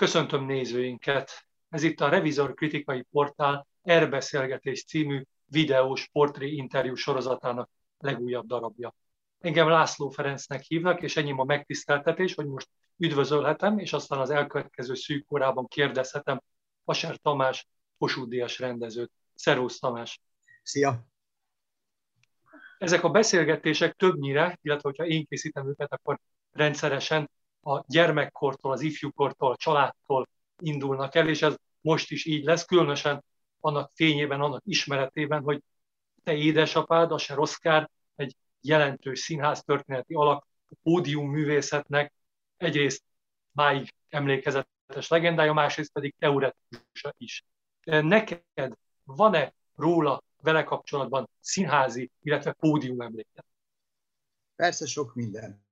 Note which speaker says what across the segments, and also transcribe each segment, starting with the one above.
Speaker 1: Köszöntöm nézőinket! Ez itt a Revizor Kritikai Portál R-beszélgetés című videós portré-interjú sorozatának legújabb darabja. Engem László Ferencnek hívnak, és enyém a megtiszteltetés, hogy most üdvözölhetem, és aztán az elkövetkező szűk órában kérdezhetem Aser Tamás Kossuth Díjas rendezőt. Szervusz Tamás!
Speaker 2: Szia!
Speaker 1: Ezek a beszélgetések többnyire, illetve hogyha én készítem őket, akkor rendszeresen a gyermekkortól, az ifjúkortól, a családtól indulnak el, és ez most is így lesz, különösen annak fényében, annak ismeretében, hogy te édesapád, Aser Oszkár, egy jelentős színháztörténeti alak, a pódiumművészetnek egyrészt máig emlékezetes legendája, másrészt pedig teoretikusa is. Neked van-e róla vele kapcsolatban színházi, illetve pódium emléket?
Speaker 2: Persze sok minden.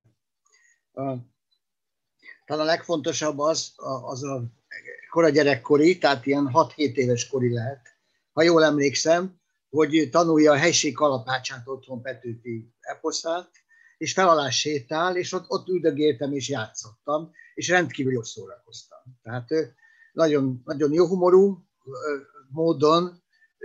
Speaker 2: Talán a legfontosabb az a kora gyerekkori, tehát ilyen 6-7 éves kori lehet. Ha jól emlékszem, hogy tanulja a helység kalapácsát otthon Petőfi eposzát, és felalás sétál, és ott üldögéltem és játszottam, és rendkívül jól szórakoztam. Tehát nagyon, nagyon jó humorú módon,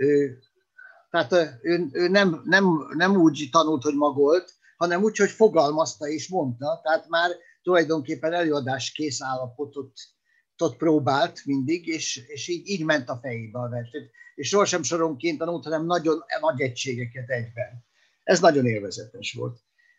Speaker 2: tehát ő nem úgy tanult, hogy magolt, hanem úgy, hogy fogalmazta és mondta, tehát már tulajdonképpen előadás kész állapotot próbált mindig, és így ment a fejébe a verseny. És sohasem soronként tanult, hanem nagyon nagy egységeket egyben. Ez nagyon élvezetes volt.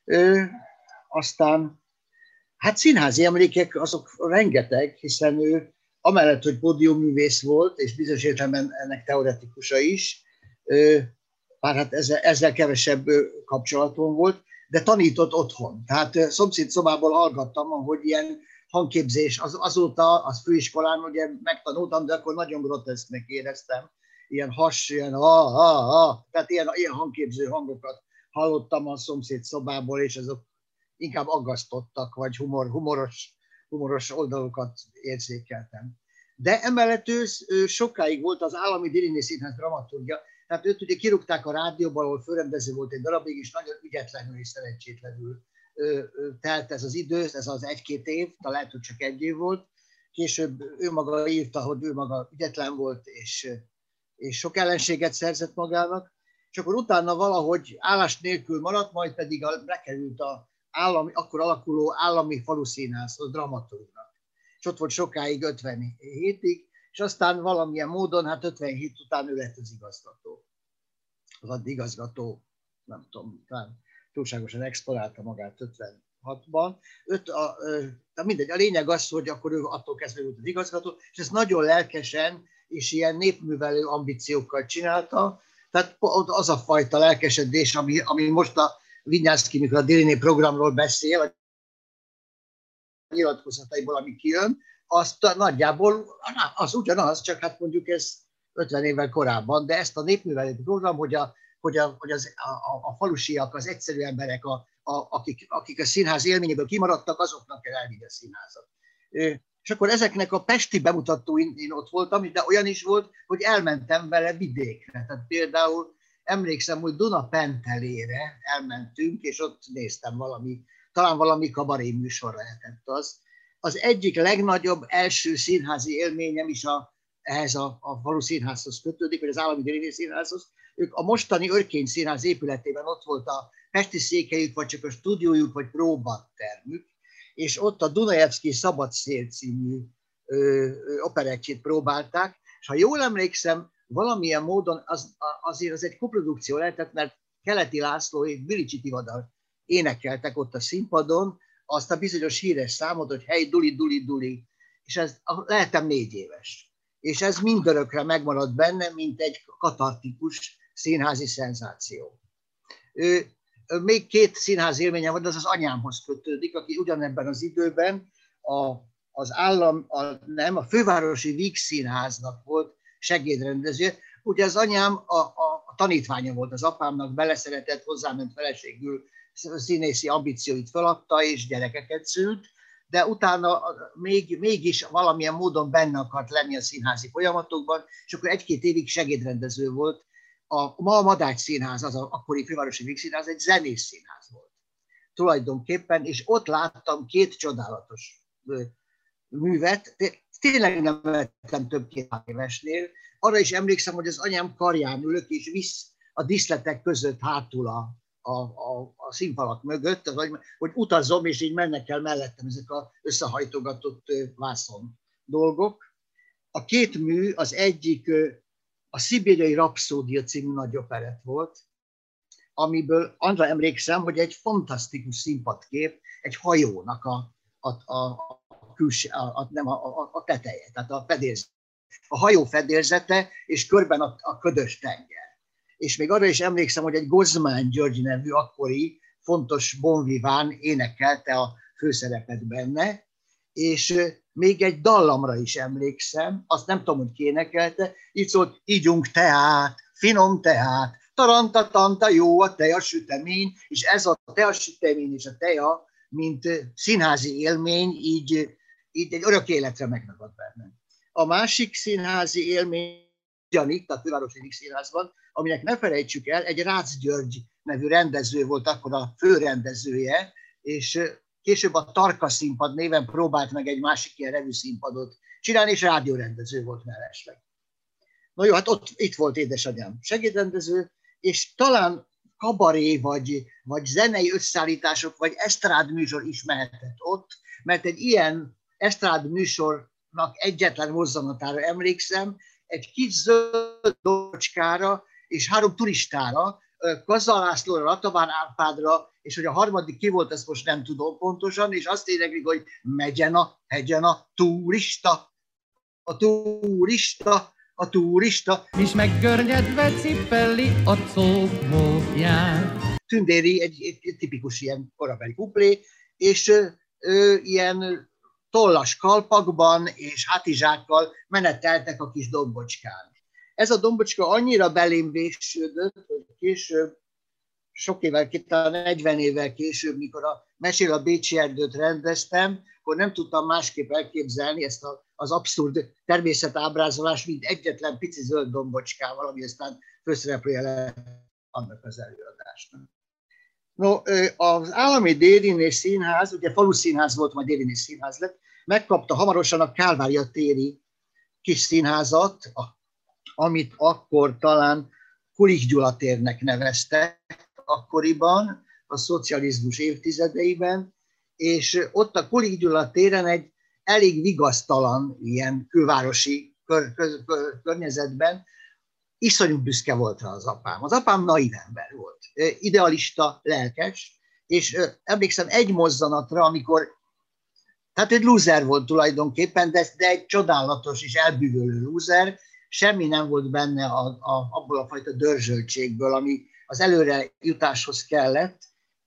Speaker 2: Aztán, hát színházi emlékek azok rengeteg, hiszen ő amellett, hogy pódiumművész volt, és bizonyos értelemben ennek teoretikusa is, bár hát ezzel kevesebb kapcsolatom volt, de tanított otthon. Tehát szomszéd szobából hallgattam, ahogy ilyen hangképzés, azóta az főiskolán ugye megtanultam, de akkor nagyon groteszknek éreztem. Ilyen ilyen tehát ilyen hangképző hangokat hallottam a szomszéd szobából, és azok inkább aggasztottak, vagy humoros oldalokat érzékeltem. De emellett ő sokáig volt az Állami Dérinné Színház dramaturgja, tehát őt ugye kirúgták a rádióból, ahol főrendező volt egy darabig, és nagyon ügyetlenül és szerencsétlenül telt ez az idő, ez az 1-2 év, talán lehet, hogy csak 1 év volt. Később ő maga írta, hogy ő maga ügyetlen volt, és sok ellenséget szerzett magának, és akkor utána valahogy állás nélkül maradt, majd pedig bekerült akkor alakuló állami faluszínházhoz dramaturgnak. És ott volt sokáig, 57-ig, és aztán valamilyen módon, hát 57 után ő lett az igazgató. Az addig igazgató, nem tudom, talán túlságosan exponálta magát 56-ban. Mindegy, a lényeg az, hogy akkor ő attól kezdve volt az igazgató, és ezt nagyon lelkesen és ilyen népművelő ambíciókkal csinálta. Tehát az a fajta lelkesedés, ami most a Vinyánszky, mikor a Dérinné programról beszél, a nyilatkozataiból, ami kijön, azt nagyjából az ugyanaz, csak hát mondjuk ez 50 évvel korábban, de ezt a népművelő program, hogy a falusiak, az egyszerű emberek, akik a színház élményéből kimaradtak, azoknak kell elvinni a színházat. És akkor ezeknek a pesti bemutatóin én ott voltam, de olyan is volt, hogy elmentem vele vidékre. Tehát például emlékszem, hogy Dunapentelére elmentünk, és ott néztem talán valami kabaré műsor lehetett az. Az egyik legnagyobb első színházi élményem is ehhez a falu színházhoz kötődik, vagy az Állami Dérinné Színházhoz. Ők a mostani Örkény Színház épületében ott volt a pesti székhelyük, vagy csak a stúdiójuk, vagy próbatermük, és ott a Dunajevszky Szabad Szél című operettjét próbálták, és ha jól emlékszem, valamilyen módon azért az egy koprodukció lehetett, mert Keleti László és Bilicsi Tivadar énekeltek ott a színpadon azt a bizonyos híres számot, hogy hey, duli, duli, duli, és lehetem 4 éves. És ez mindörökre megmaradt benne, mint egy katartikus színházi szenzáció. Még 2 színházi élményem van, az anyámhoz kötődik, aki ugyanebben az időben a Fővárosi Víg Színháznak volt segédrendező. Ugye az anyám a tanítványa volt az apámnak, beleszeretett, hozzáment feleségül, színészi ambícióit feladta, és gyerekeket szült, de utána mégis valamilyen módon benne akart lenni a színházi folyamatokban, és akkor 1-2 évig segédrendező volt. Ma a Madács Színház, az akkori Fővárosi Víg Színház egy zenés színház volt. Tulajdonképpen, és ott láttam 2 csodálatos művet, Tényleg nem vettem több 2 évesnél. Arra is emlékszem, hogy az anyám karján ülök, és visz a díszletek között hátul a színfalak mögött, hogy utazom, és így mennek el mellettem ezek az összehajtogatott vászon dolgok. A 2 mű, az egyik a Szibériai Rapszódia című nagy operett volt, amiből arra emlékszem, hogy egy fantasztikus színpadkép, egy hajónak a teteje, tehát a fedélzete. A hajó fedélzete, és körben a ködös tenger. És még arra is emlékszem, hogy egy Gozmán György nevű akkori fontos bonviván énekelte a főszerepet benne, és még egy dallamra is emlékszem, azt nem tudom, hogy ki énekelte, így szólt, ígyunk teát, finom teát, taranta-tanta, jó a teja sütemény, és ez a teja sütemény és a teja, mint színházi élmény, így egy örök életre megragad bennem. A másik színházi élmény, Janik, a Fővárosi Színházban, aminek ne felejtsük el, egy Rácz György nevű rendező volt akkor a főrendezője, és később a Tarka színpad néven próbált meg egy másik ilyen revűszínpadot csinálni, és rádiórendező volt mellesleg. Na jó, hát itt volt édesanyám segédrendező, és talán kabaré, vagy zenei összeállítások, vagy esztrád műsor is mehetett ott, mert egy ilyen esztrád műsornak egyetlen mozzanatára emlékszem, egy kis zöld dobocskára és 3 turistára, Kazza Lászlóra, Ratavár Árpádra, és hogy a harmadik ki volt, ezt most nem tudom pontosan, és azt éneklik, hogy megyen a hegyen a turista, a turista, a turista.
Speaker 3: És meggörnyedve cipeli a cómóját.
Speaker 2: Tündéri egy tipikus ilyen korabeli kuplé, és ilyen tollas kalpakban és hátizsákkal meneteltek a kis dombocskán. Ez a dombocska annyira belém vésődött, hogy később, sok évvel, talán 40 évvel később, mikor a Mesél a Bécsi Erdőt rendeztem, akkor nem tudtam másképp elképzelni ezt az abszurd természetábrázolást, mint egyetlen pici zöld dombocskával, ami aztán főszereplője lett annak az előadásnak. No, az Állami Dérinés Színház, ugye faluszínház volt, majd Dérinés Színház lett, megkapta hamarosan a Kálvária téri kis színházat, amit akkor talán Kulik Gyula térnek neveztek akkoriban, a szocializmus évtizedeiben, és ott a Kulik Gyula téren egy elég vigasztalan ilyen külvárosi környezetben iszonyú büszke volt rá az apám. Az apám naív ember volt, idealista, lelkes, és emlékszem egy mozzanatra, amikor, tehát egy lúzer volt tulajdonképpen, de egy csodálatos és elbűvölő lúzer, semmi nem volt benne abból a fajta dörzsöltségből, ami az előre jutáshoz kellett,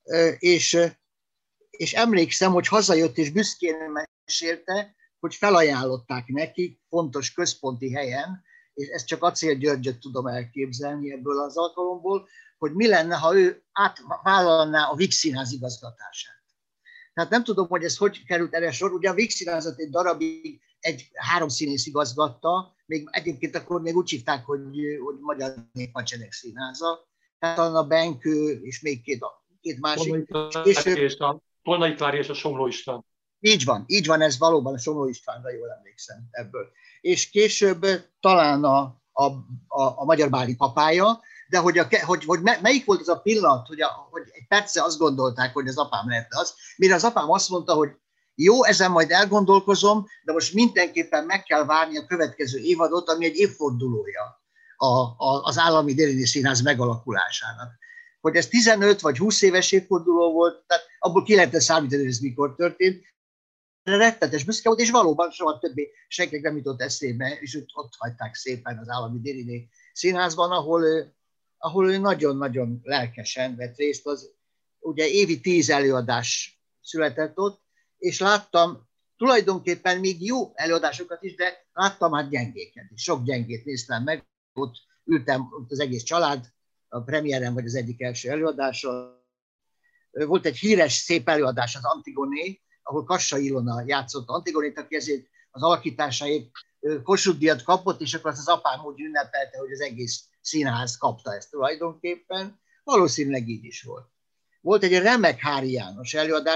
Speaker 2: és emlékszem, hogy hazajött és büszkén mesélte, hogy felajánlották neki fontos központi helyen, és ezt csak Acél Györgyöt tudom elképzelni ebből az alkalomból, hogy mi lenne, ha ő átvállalná a Víg Színház igazgatását. Tehát nem tudom, hogy ez hogy került erre sor. Ugye a Víg Színházat egy darabig 3 színész igazgatta, még egyébként akkor még úgy hívták, hogy Magyar Néphadsereg Színháza. Tehát a Benkő és még két másik.
Speaker 1: Tolnai Klári és a Somló István.
Speaker 2: Így van, ez valóban a Somló Istvánra jól emlékszem ebből. És később talán a Magyar Báli papája, de hogy melyik volt az a pillanat, hogy egy perce azt gondolták, hogy az apám lehet az, mire az apám azt mondta, hogy jó, ezen majd elgondolkozom, de most mindenképpen meg kell várni a következő évadot, ami egy évfordulója az Állami Dérinés Színház megalakulásának. Hogy ez 15 vagy 20 éves évforduló volt, tehát abból ki lehetne számítani, hogy ez mikor történt. Rettetes büszke volt, és valóban soha többé senkinek nem jutott eszébe, és ott hagyták szépen az Állami Dérinés Színházban, ahol ő nagyon-nagyon lelkesen vett részt. Ugye évi 10 előadás született ott, és láttam tulajdonképpen még jó előadásokat is, de láttam hát gyengéket is. Sok gyengét néztem meg, ott ültem ott az egész család, a premiéren vagy az egyik első előadáson. Volt egy híres, szép előadás, az Antigoné, ahol Kassai Ilona játszott Antigonét, aki ezért az alakításáért Kossuth-díjat kapott, és akkor az apám úgy ünnepelte, hogy az egész színház kapta ezt tulajdonképpen. Valószínűleg így is volt. Volt egy remek Hári János előadás,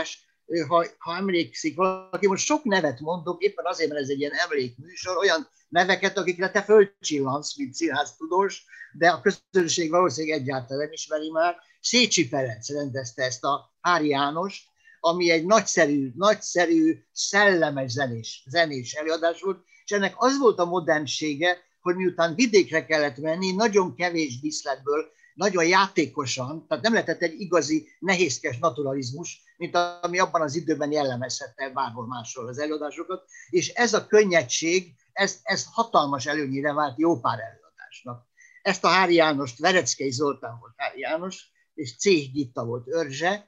Speaker 2: ha emlékszik valaki, most sok nevet mondok, éppen azért, mert ez egy ilyen emlékműsor, olyan neveket, akikre te fölcsillansz, mint színháztudós, de a közönség valószínűleg egyáltalán nem ismeri már. Szécsi Ferenc rendezte ezt a Hári Jánost, ami egy nagyszerű, szellemes zenés előadás volt, és ennek az volt a modernsége, hogy miután vidékre kellett menni, nagyon kevés díszletből, nagyon játékosan, tehát nem lehetett egy igazi, nehézkes naturalizmus, mint ami abban az időben jellemezhette bárhol máshol az előadásokat, és ez a könnyedség, ez hatalmas előnyire vált jó pár előadásnak. Ezt a Hári Jánost, Vereckei Zoltán volt Hári János, és Czéh Gitta volt Örzse,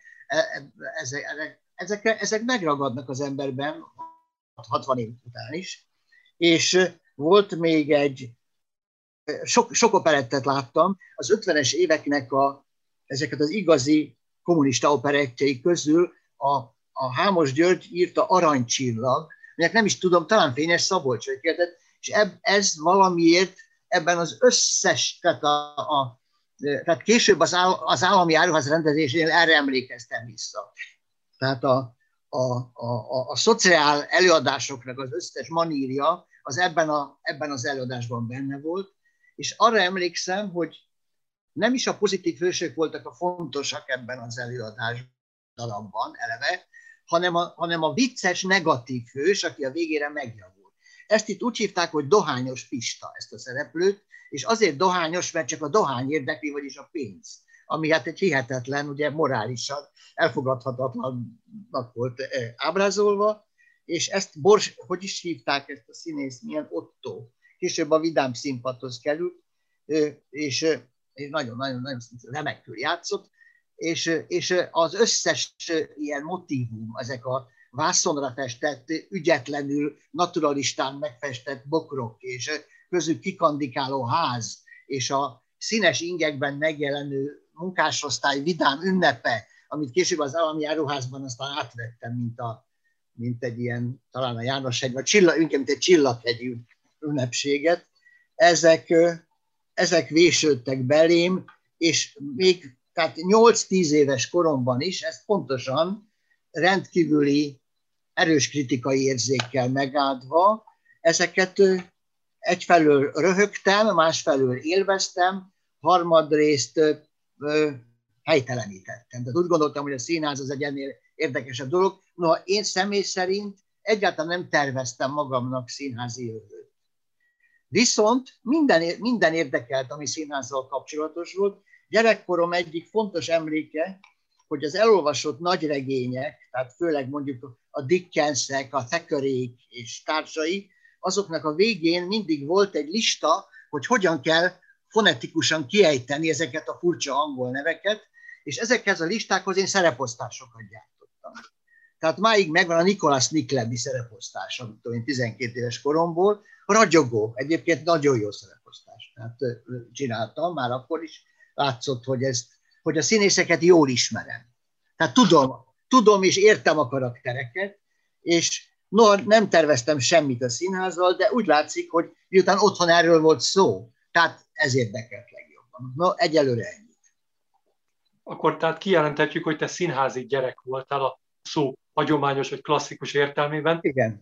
Speaker 2: ezek megragadnak az emberben 60 év után is, és volt még sok operettet láttam, az 50-es éveknek ezeket az igazi kommunista operettjei közül a Hámos György írta Aranycsillag, aminek nem is tudom, talán Fényes Szabolcs kérdett, és ez valamiért ebben az összes, tehát később az állami áruház rendezésénél erre emlékeztem vissza. Tehát a szociál előadásoknak az összes manírja az ebben az előadásban benne volt, és arra emlékszem, hogy nem is a pozitív hősök voltak a fontosak ebben az előadásban eleve, hanem a vicces negatív hős, aki a végére megjavult. Ezt itt úgy hívták, hogy Dohányos Pista, ezt a szereplőt, és azért dohányos, mert csak a dohány érdekli, vagyis a pénz, ami hát egy hihetetlen, ugye morálisan elfogadhatatlannak volt ábrázolva, és ezt hogy is hívták ezt a színészt, milyen Otto. Később a Vidám Színpadhoz került, és nagyon-nagyon remekül játszott, és az összes ilyen motívum, ezek a vászonra festett, ügyetlenül, naturalistán megfestett bokrok, és közül kikandikáló ház, és a színes ingekben megjelenő munkásosztály vidám ünnepe, amit később az állami áruházban aztán átvettem, mint egy ilyen, talán a Jánoshegy, vagy mint egy Csillaghegyi ünnepséget, ezek vésődtek belém, és még tehát 8-10 éves koromban is, ezt pontosan rendkívüli erős kritikai érzékkel megáldva, ezeket egyfelől röhögtem, másfelől élveztem, harmadrészt helytelenítettem. Tehát úgy gondoltam, hogy a színház az egy ennél érdekesebb dolog. Noha én személy szerint egyáltalán nem terveztem magamnak színházi jövőt. Viszont minden érdekelt, ami színházzal kapcsolatos volt. Gyerekkorom egyik fontos emléke, hogy az elolvasott nagyregények, tehát főleg mondjuk a Dickensek, a Thackerayk és társai, azoknak a végén mindig volt egy lista, hogy hogyan kell fonetikusan kiejteni ezeket a furcsa angol neveket, és ezekhez a listákhoz én szereposztásokat gyártottam. Tehát máig megvan a Nicholas Nickleby szereposztás, amit én 12 éves koromból, ragyogó, egyébként nagyon jó szereposztás. Tehát csináltam, már akkor is látszott, hogy a színészeket jól ismerem. Tehát tudom és értem a karaktereket, és nem terveztem semmit a színházzal, de úgy látszik, hogy miután otthon erről volt szó, tehát ez érdekelt legjobban. Egyelőre ennyit.
Speaker 1: Akkor tehát kijelenthetjük, hogy te színházi gyerek voltál a szó hagyományos vagy klasszikus értelmében.
Speaker 2: Igen.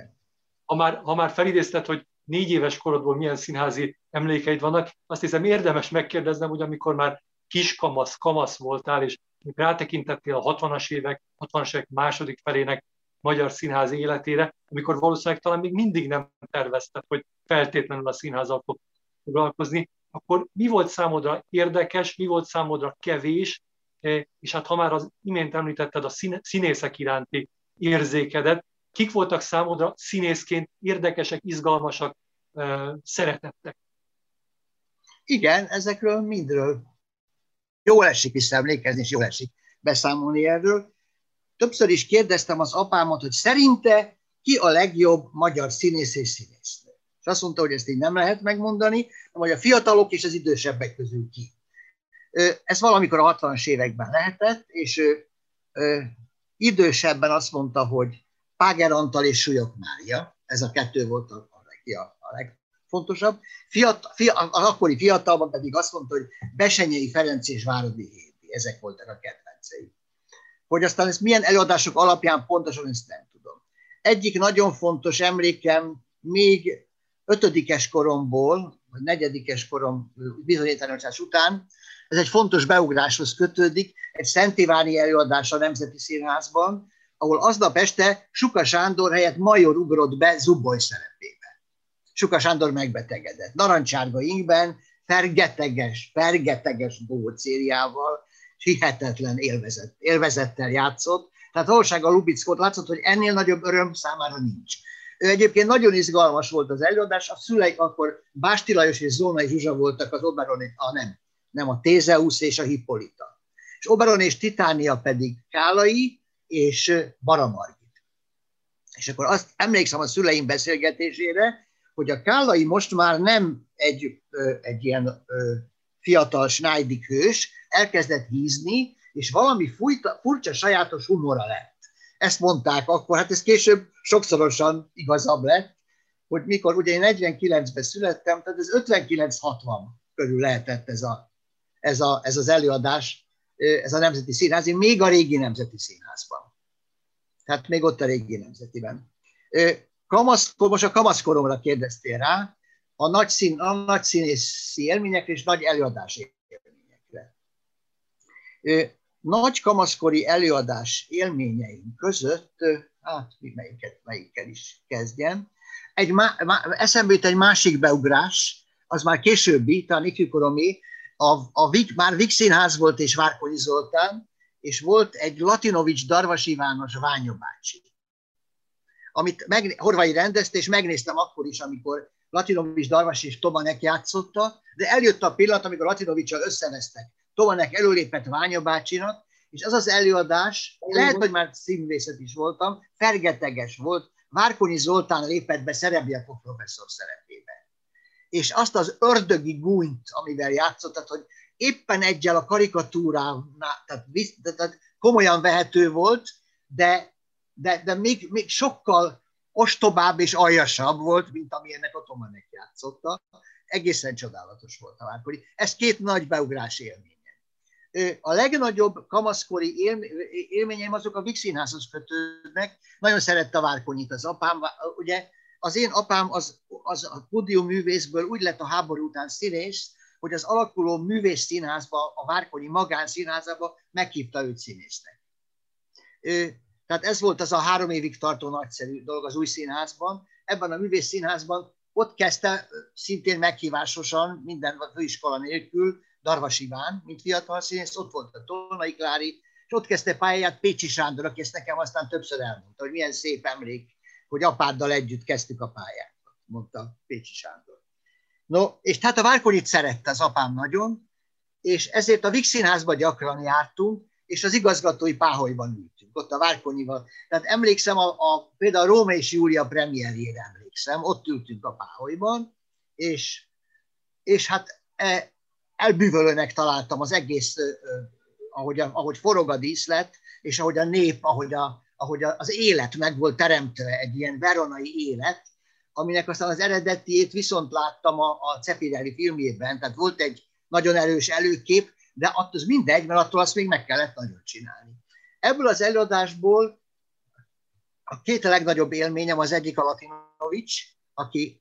Speaker 1: Ha már felidézted, hogy 4 éves korodból milyen színházi emlékeid vannak, azt hiszem érdemes megkérdeznem, hogy amikor már kamasz voltál, és rátekintettél a 60-as évek második felének magyar színházi életére, amikor valószínűleg talán még mindig nem tervezted, hogy feltétlenül a színházzal fog foglalkozni, akkor mi volt számodra érdekes, mi volt számodra kevés, és hát ha már az imént említetted a színészek iránti érzékedet, kik voltak számodra színészként érdekesek, izgalmasak, szeretettek?
Speaker 2: Igen, ezekről mindről jól esik visszaemlékezni, és jól esik beszámolni erről. Többször is kérdeztem az apámat, hogy szerinte ki a legjobb magyar színész és színésznő. És azt mondta, hogy ezt így nem lehet megmondani, vagy a fiatalok és az idősebbek közül ki. Ez valamikor a 60-as években lehetett, és idősebben azt mondta, hogy Páger Antal és Súlyog Mária, ez a kettő volt a legfontosabb. Az akkori fiatalban pedig azt mondta, hogy Bessenyei Ferenc és Váradi Hédi, ezek voltak a kedvencei. Hogy aztán ezt milyen előadások alapján pontosan ezt nem tudom. Egyik nagyon fontos emlékem még 5. koromból, vagy 4. korom bizonyítványozás után, ez egy fontos beugráshoz kötődik, egy Szent Iváni előadás a Nemzeti Színházban, ahol aznap este Suka Sándor helyett Major ugrott be Zuboly szerepébe. Suka Sándor megbetegedett. Narancsárga ingben, fergeteges bócériával, és hihetetlen élvezettel játszott. Tehát valósággal Lubickót látszott, hogy ennél nagyobb öröm számára nincs. Ő egyébként nagyon izgalmas volt az előadás, a szüleik akkor Básti Lajos és Zónai Zsuzsa voltak az Oberon, nem a Tézeusz és a Hippolyta. És Oberon és Titánia pedig Kálai és Bara Margit. És akkor azt emlékszem a szüleim beszélgetésére, hogy a Kálai most már nem egy ilyen fiatal snájdik hős, elkezdett hízni, és valami furcsa, sajátos humora lett. Ezt mondták akkor, hát ez később sokszorosan igazabb lett, hogy mikor, ugye én 49-ben születtem, tehát ez 59-60 körül lehetett ez az előadás, ez a Nemzeti Színház, még a régi Nemzeti Színházban. Tehát még ott a régi Nemzetiben. Most a kamaszkoromra kérdeztél rá, a nagy színészi élményekre és nagy előadási élményekre. Nagy kamaszkori előadás élményeim között, hát melyikkel is kezdjem, eszembe jut egy másik beugrás, az már későbbi, talán ifjúkoromi, már Víg Színház volt és Várkonyi Zoltán, és volt egy Latinovics Darvas János Ványa bácsi, amit Horvai rendezte, és megnéztem akkor is, amikor Latinovics Darvas és Tomanek játszotta, de eljött a pillanat, amikor Latinovics-sal összevesztek. Tomanek előlépett Ványa bácsinak, és az az előadás, lehet, hogy már színvészet is voltam, fergeteges volt, Várkonyi Zoltán lépett be Szerebjakov professzor szerepébe. És azt az ördögi gúnyt, amivel játszott, tehát, hogy éppen egyel a karikatúránál, tehát komolyan vehető volt, de még sokkal ostobább és aljasabb volt, mint ami ennek a Tomanek játszotta. Egészen csodálatos volt a Várkonyi. Ez két nagy beugrás élmény. A legnagyobb kamaszkori élményeim azok a Víg Színházhoz kötődnek. Nagyon szerette a Várkonyit az apám. Ugye az én apám az a pódiumművészből úgy lett a háború után színész, hogy az alakuló művészszínházba, a Várkonyi magánszínházába meghívta őt színésznek. Tehát ez volt az a 3 évig tartó nagyszerű dolog az új színházban. Ebben a művészszínházban ott kezdte szintén meghívásosan, minden főiskola nélkül, Darvas Iván, mint fiatal színész, ott volt a Tolnai Klári, és ott kezdte pályáját Pécsi Sándor, aki ezt nekem aztán többször elmondta, hogy milyen szép emlék, hogy apáddal együtt kezdtük a pályát, mondta Pécsi Sándor. No, és tehát a Várkonyit szerette az apám nagyon, és ezért a Víg Színházba gyakran jártunk, és az igazgatói páholyban ültünk, ott a Várkonyival. Tehát emlékszem, például a Róma és Júlia premierjére emlékszem, ott ültünk a páholyban, és hát elbűvölőnek találtam az egész, ahogy forog a díszlet, és ahogy a nép, ahogy az élet meg volt teremtve, egy ilyen veronai élet, aminek aztán az eredetiét viszont láttam a Cepirelli filmjében, tehát volt egy nagyon erős előkép, de attól mindegy, mert attól azt még meg kellett nagyon csinálni. Ebből az előadásból a két legnagyobb élményem, az egyik a Latinovics, aki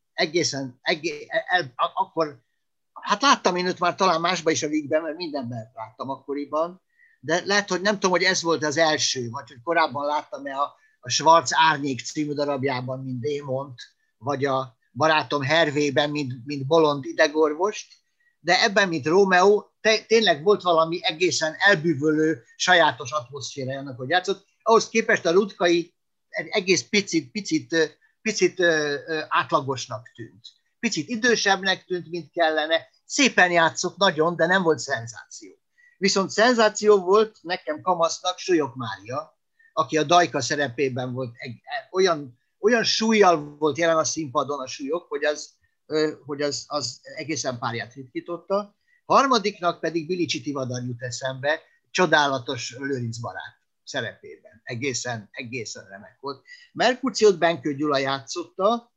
Speaker 2: akkor, hát láttam én őt már talán másban is a Vígben, mert mindenben láttam akkoriban, de lehet, hogy nem tudom, hogy ez volt az első, vagy hogy korábban láttam-e a Schwarz Árnyék című darabjában, mint démont, vagy a Barátom Hervében, mint bolond idegorvost, de ebben, mint Rómeó, tényleg volt valami egészen elbűvölő, sajátos atmoszféra annak, hogy játszott. Ahhoz képest a Rutkai egy egész picit átlagosnak tűnt. Picit idősebbnek tűnt, mint kellene. Szépen játszott nagyon, de nem volt szenzáció. Viszont szenzáció volt nekem kamasznak Súlyog Mária, aki a Dajka szerepében volt, olyan súllyal volt jelen a színpadon a Súlyog, hogy az egészen párját ritkította. Harmadiknak pedig Bilicsi Tivadar jut eszembe, csodálatos Lőrinc barát szerepében. Egészen remek volt. Merkurciót Benkő Gyula játszotta,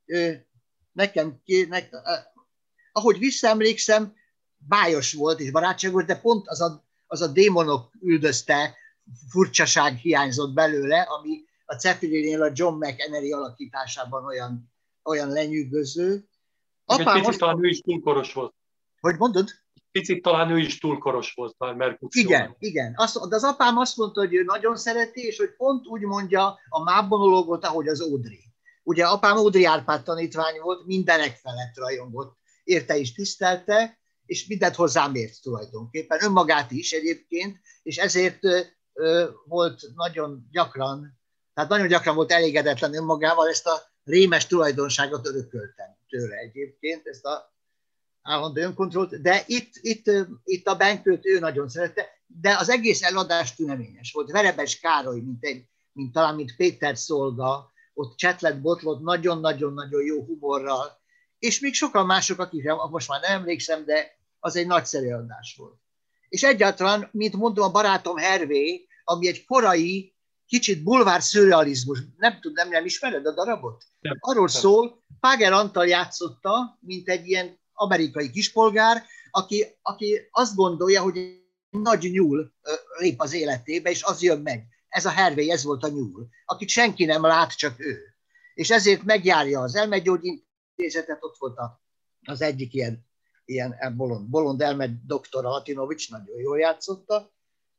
Speaker 2: ahogy visszaemlékszem, bájos volt és barátságos, de pont az a démonok üldözte furcsaság hiányzott belőle, ami a Zeppelinél a John McEnery alakításában olyan lenyűgöző.
Speaker 1: Egy picit talán ő is túlkoros volt.
Speaker 2: Hogy mondod?
Speaker 1: Picit talán ő is túlkoros volt már Mercutio.
Speaker 2: Igen. De az apám azt mondta, hogy ő nagyon szereti, és hogy pont úgy mondja a mábmonológot, ahogy az Audrey. Ugye apám Audrey Árpád tanítvány volt, mindenek felett rajongott, érte is tisztelte, és mindent hozzám ért tulajdonképpen, önmagát is egyébként, és ezért volt nagyon gyakran volt elégedetlen önmagával, ezt a rémes tulajdonságot örököltem tőle egyébként, ezt a állandó önkontrollt, de itt a Benkőt ő nagyon szerette, de az egész előadás tüneményes volt. Verebes Károly, mint Péter Szolga, ott csetlett-botlott nagyon-nagyon-nagyon jó humorral, és még sokan mások, akikre most már nem emlékszem, de az egy nagyszerű adás volt. És egyáltalán, mint mondom, a Barátom Hervé, ami egy korai, kicsit bulvár szürrealizmus, nem ismered a darabot?
Speaker 1: Nem.
Speaker 2: Arról szól, Páger Antal játszotta, mint egy ilyen amerikai kispolgár, aki azt gondolja, hogy egy nagy nyúl lép az életébe, és az jön meg. Ez a Hervé, ez volt a nyúl, akit senki nem lát, csak ő. És ezért megjárja az elmegyógyintézetet, ott volt az egyik ilyen bolond elmegy doktor Latinovics, nagyon jól játszotta,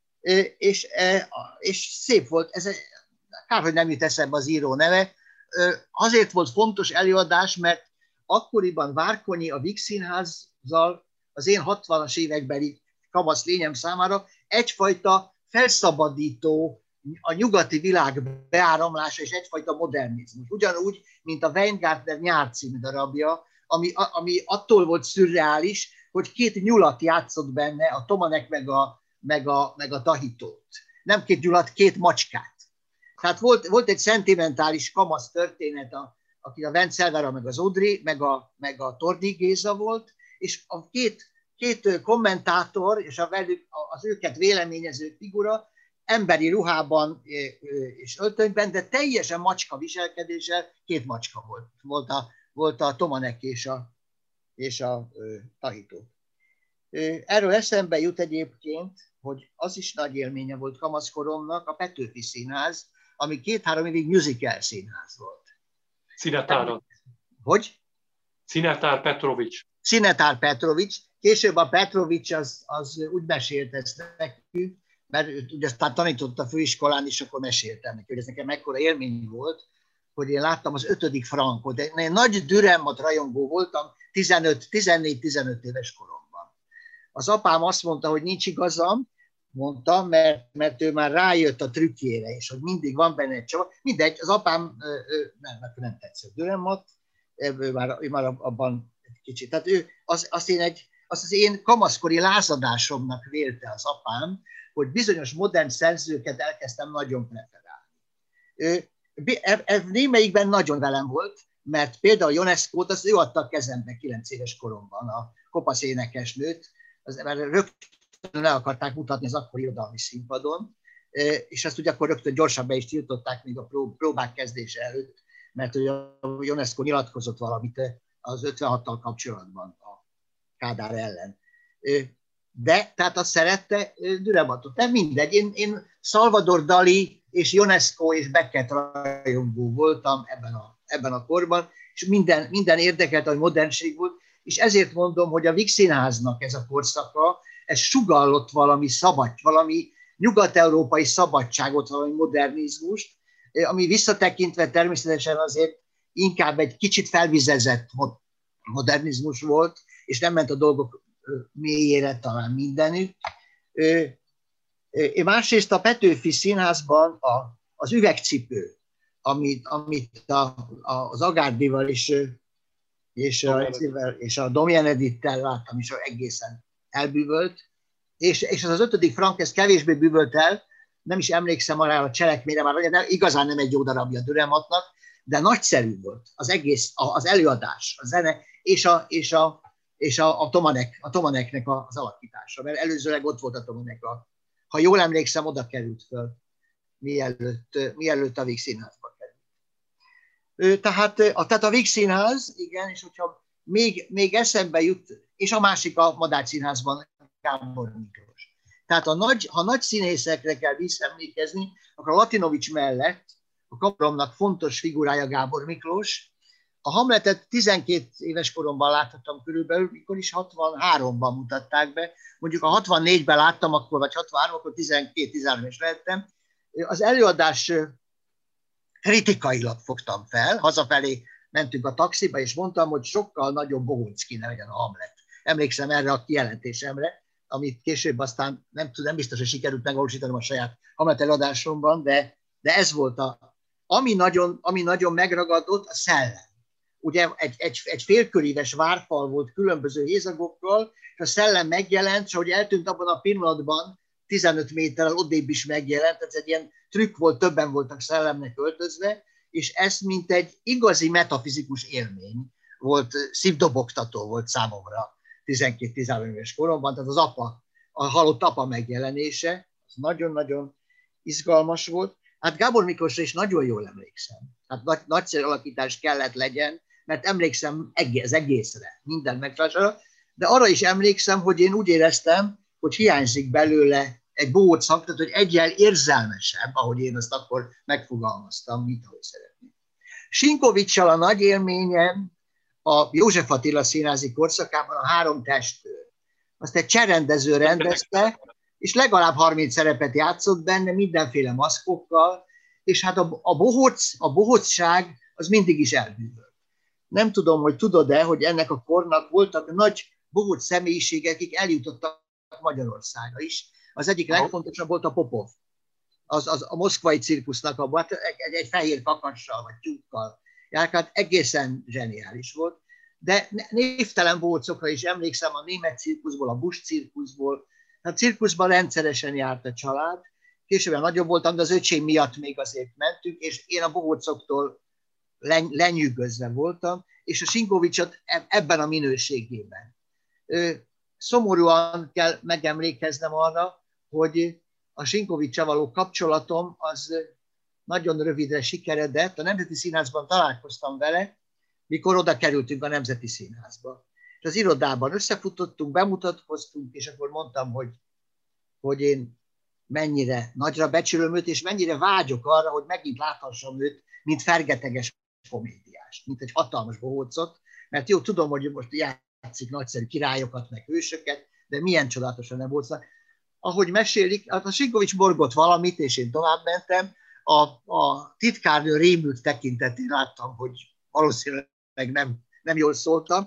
Speaker 2: és szép volt, kár, hogy nem jut eszembe az író neve, azért volt fontos előadás, mert akkoriban Várkonyi a Víg Színházzal az én 60-as évekbeli kamasz lényem számára egyfajta felszabadító, a nyugati világ beáramlása és egyfajta modernizmus. Ugyanúgy, mint a Weingartner Nyár című darabja, ami attól volt szürreális, hogy két nyulat játszott benne, a Tomanek meg a Tahitót. Nem két nyulat, két macskát. Tehát volt egy szentimentális kamasz történet, aki a Venczelvára, meg az Audrey, meg a Tordi Géza volt, és a két kommentátor és az őket véleményező figura emberi ruhában és öltönyben, de teljesen macska viselkedéssel két macska volt. Volt a Tomanek és a Tahitó. Erről eszembe jut egyébként, hogy az is nagy élménye volt kamaszkoromnak, a Petőfi Színház, ami 2-3 évig musical színház volt.
Speaker 1: Szinetár.
Speaker 2: Hogy?
Speaker 1: Szinetár Petrovics.
Speaker 2: Szinetár Petrovics. Később a Petrovics az úgy mesélt ezt nekünk, mert ugye aztán tanított a főiskolán, és akkor meséltem neki, hogy ez nekem mekkora élmény volt, hogy én láttam az 5. Frankot. Én nagy Dürrenmatt rajongó voltam 14-15 éves koromban. Az apám azt mondta, hogy nincs igazam, mondta, mert ő már rájött a trükkjére, és hogy mindig van benne egy csavar. Mindegy, az apám nem tetszett Dürrenmatt, ő már abban egy kicsit. Tehát ő azt az én kamaszkori lázadásomnak vélte az apám, hogy bizonyos modern szerzőket elkezdtem nagyon preferálni. Némelyikben nagyon velem volt, mert például Ionescót azt ő adta a kezembe 9 éves koromban, a kopasz énekesnőt, mert rögtön le akarták mutatni az akkori irodalmi színpadon, és azt ugye akkor rögtön gyorsan be is tiltották még a próbák kezdése előtt, mert ugye a Ionesco nyilatkozott valamit az 56-tal kapcsolatban a Kádár ellen. De, tehát azt szerette Dürrenmattot. Nem mindegy, én Salvador Dali és Ionesco és Beckett rajongó voltam ebben a korban, és minden érdekelt, hogy modernség volt, és ezért mondom, hogy a Víg Színháznak ez a korszaka, ez sugallott valami valami nyugat-európai szabadságot, valami modernizmust, ami visszatekintve természetesen azért inkább egy kicsit felvizezett modernizmus volt, és nem ment a dolgok mélyére talán mindenütt. Másrészt a Petőfi Színházban az Üvegcipő, amit az Agárdival és a Domjen Edittel láttam, és egészen elbűvölt, és az 5. Frank, ez kevésbé bűvölt el, nem is emlékszem arra a cselekményre, már igazán nem egy jó darabja Dürrenmattnak, de nagyszerű volt az egész, az előadás, a zene, és a Tomaneknek az alakítása, mert előzőleg ott volt a Tomanek, ha jól emlékszem, oda került föl, mielőtt a Víg Színházba került. Tehát a Víg Színház, igen, és hogyha még eszembe jut, és a másik a Madách Színházban, Gábor Miklós. Tehát ha nagy színészekre kell visszaemlékezni, akkor a Latinovics mellett a kabaromnak fontos figurája Gábor Miklós. A Hamletet 12 éves koromban láthattam körülbelül, mikor is 63-ban mutatták be. Mondjuk a 64-ben láttam akkor, vagy 63, akkor 12-13 éves lehettem. Az előadás kritikailag fogtam fel, hazafelé mentünk a taxiba, és mondtam, hogy sokkal nagyobb bohóc kéne legyen a Hamlet. Emlékszem erre a kijelentésemre, amit később aztán nem biztos, hogy sikerült megvalósítanom a saját Hamlet előadásomban, de ez volt ami nagyon megragadott, a szellem. Ugye egy félköríves várfal volt különböző hézagokkal, és a szellem megjelent, és ahogy eltűnt abban a pillanatban, 15 méterrel odébb is megjelent, ez egy ilyen trükk volt, többen voltak szellemnek öltözve, és ez mint egy igazi metafizikus élmény volt, szívdobogtató volt számomra 12-13 éves koromban, tehát a halott apa megjelenése, az nagyon-nagyon izgalmas volt. Hát Gábor Miklósra is nagyon jól emlékszem. Hát nagyszerű alakítás kellett legyen, mert emlékszem az egészre, minden megfelelően, de arra is emlékszem, hogy én úgy éreztem, hogy hiányzik belőle egy bohóc hang, tehát hogy egyel érzelmesebb, ahogy én azt akkor megfogalmaztam, mint ahogy szeretném. Sinkovics-sal a nagy élményem a József Attila színházi korszakában a Három testőr. Azt egy cserendező rendezte, és legalább 30 szerepet játszott benne, mindenféle maszkokkal, és hát a bohócság az mindig is elbűvölt. Nem tudom, hogy tudod-e, hogy ennek a kornak voltak nagy bohóc személyiségek, akik eljutottak Magyarországra is. Az egyik legfontosabb volt a Popov. A moszkvai cirkusznak egy fehér kakassal vagy tyúkkal. Hát egészen zseniális volt. De névtelen bohócokra is emlékszem, a német cirkuszból, a Busch cirkuszból. A cirkuszban rendszeresen járt a család. Később nagyobb voltam, de az öcsém miatt még azért mentünk, és én a bohócoktól lenyűgözve voltam, és a Sinkovicsot ebben a minőségében. Szomorúan kell megemlékeznem arra, hogy a Sinkovicssal való kapcsolatom az nagyon rövidre sikeredett. A Nemzeti Színházban találkoztam vele, mikor oda kerültünk a Nemzeti Színházba. És az irodában összefutottunk, bemutatkoztunk, és akkor mondtam, hogy én mennyire nagyra becsülöm őt, és mennyire vágyok arra, hogy megint láthassam őt, mint fergeteges komédiás, mint egy hatalmas bohócot, mert jó, tudom, hogy most játszik nagyszerű királyokat, meg hősöket, de milyen csodálatosan nem volt. Ahogy mesélik, a Sinkovics morgott valamit, és én tovább mentem, a titkárnő rémült tekintetén láttam, hogy valószínűleg nem jól szóltam.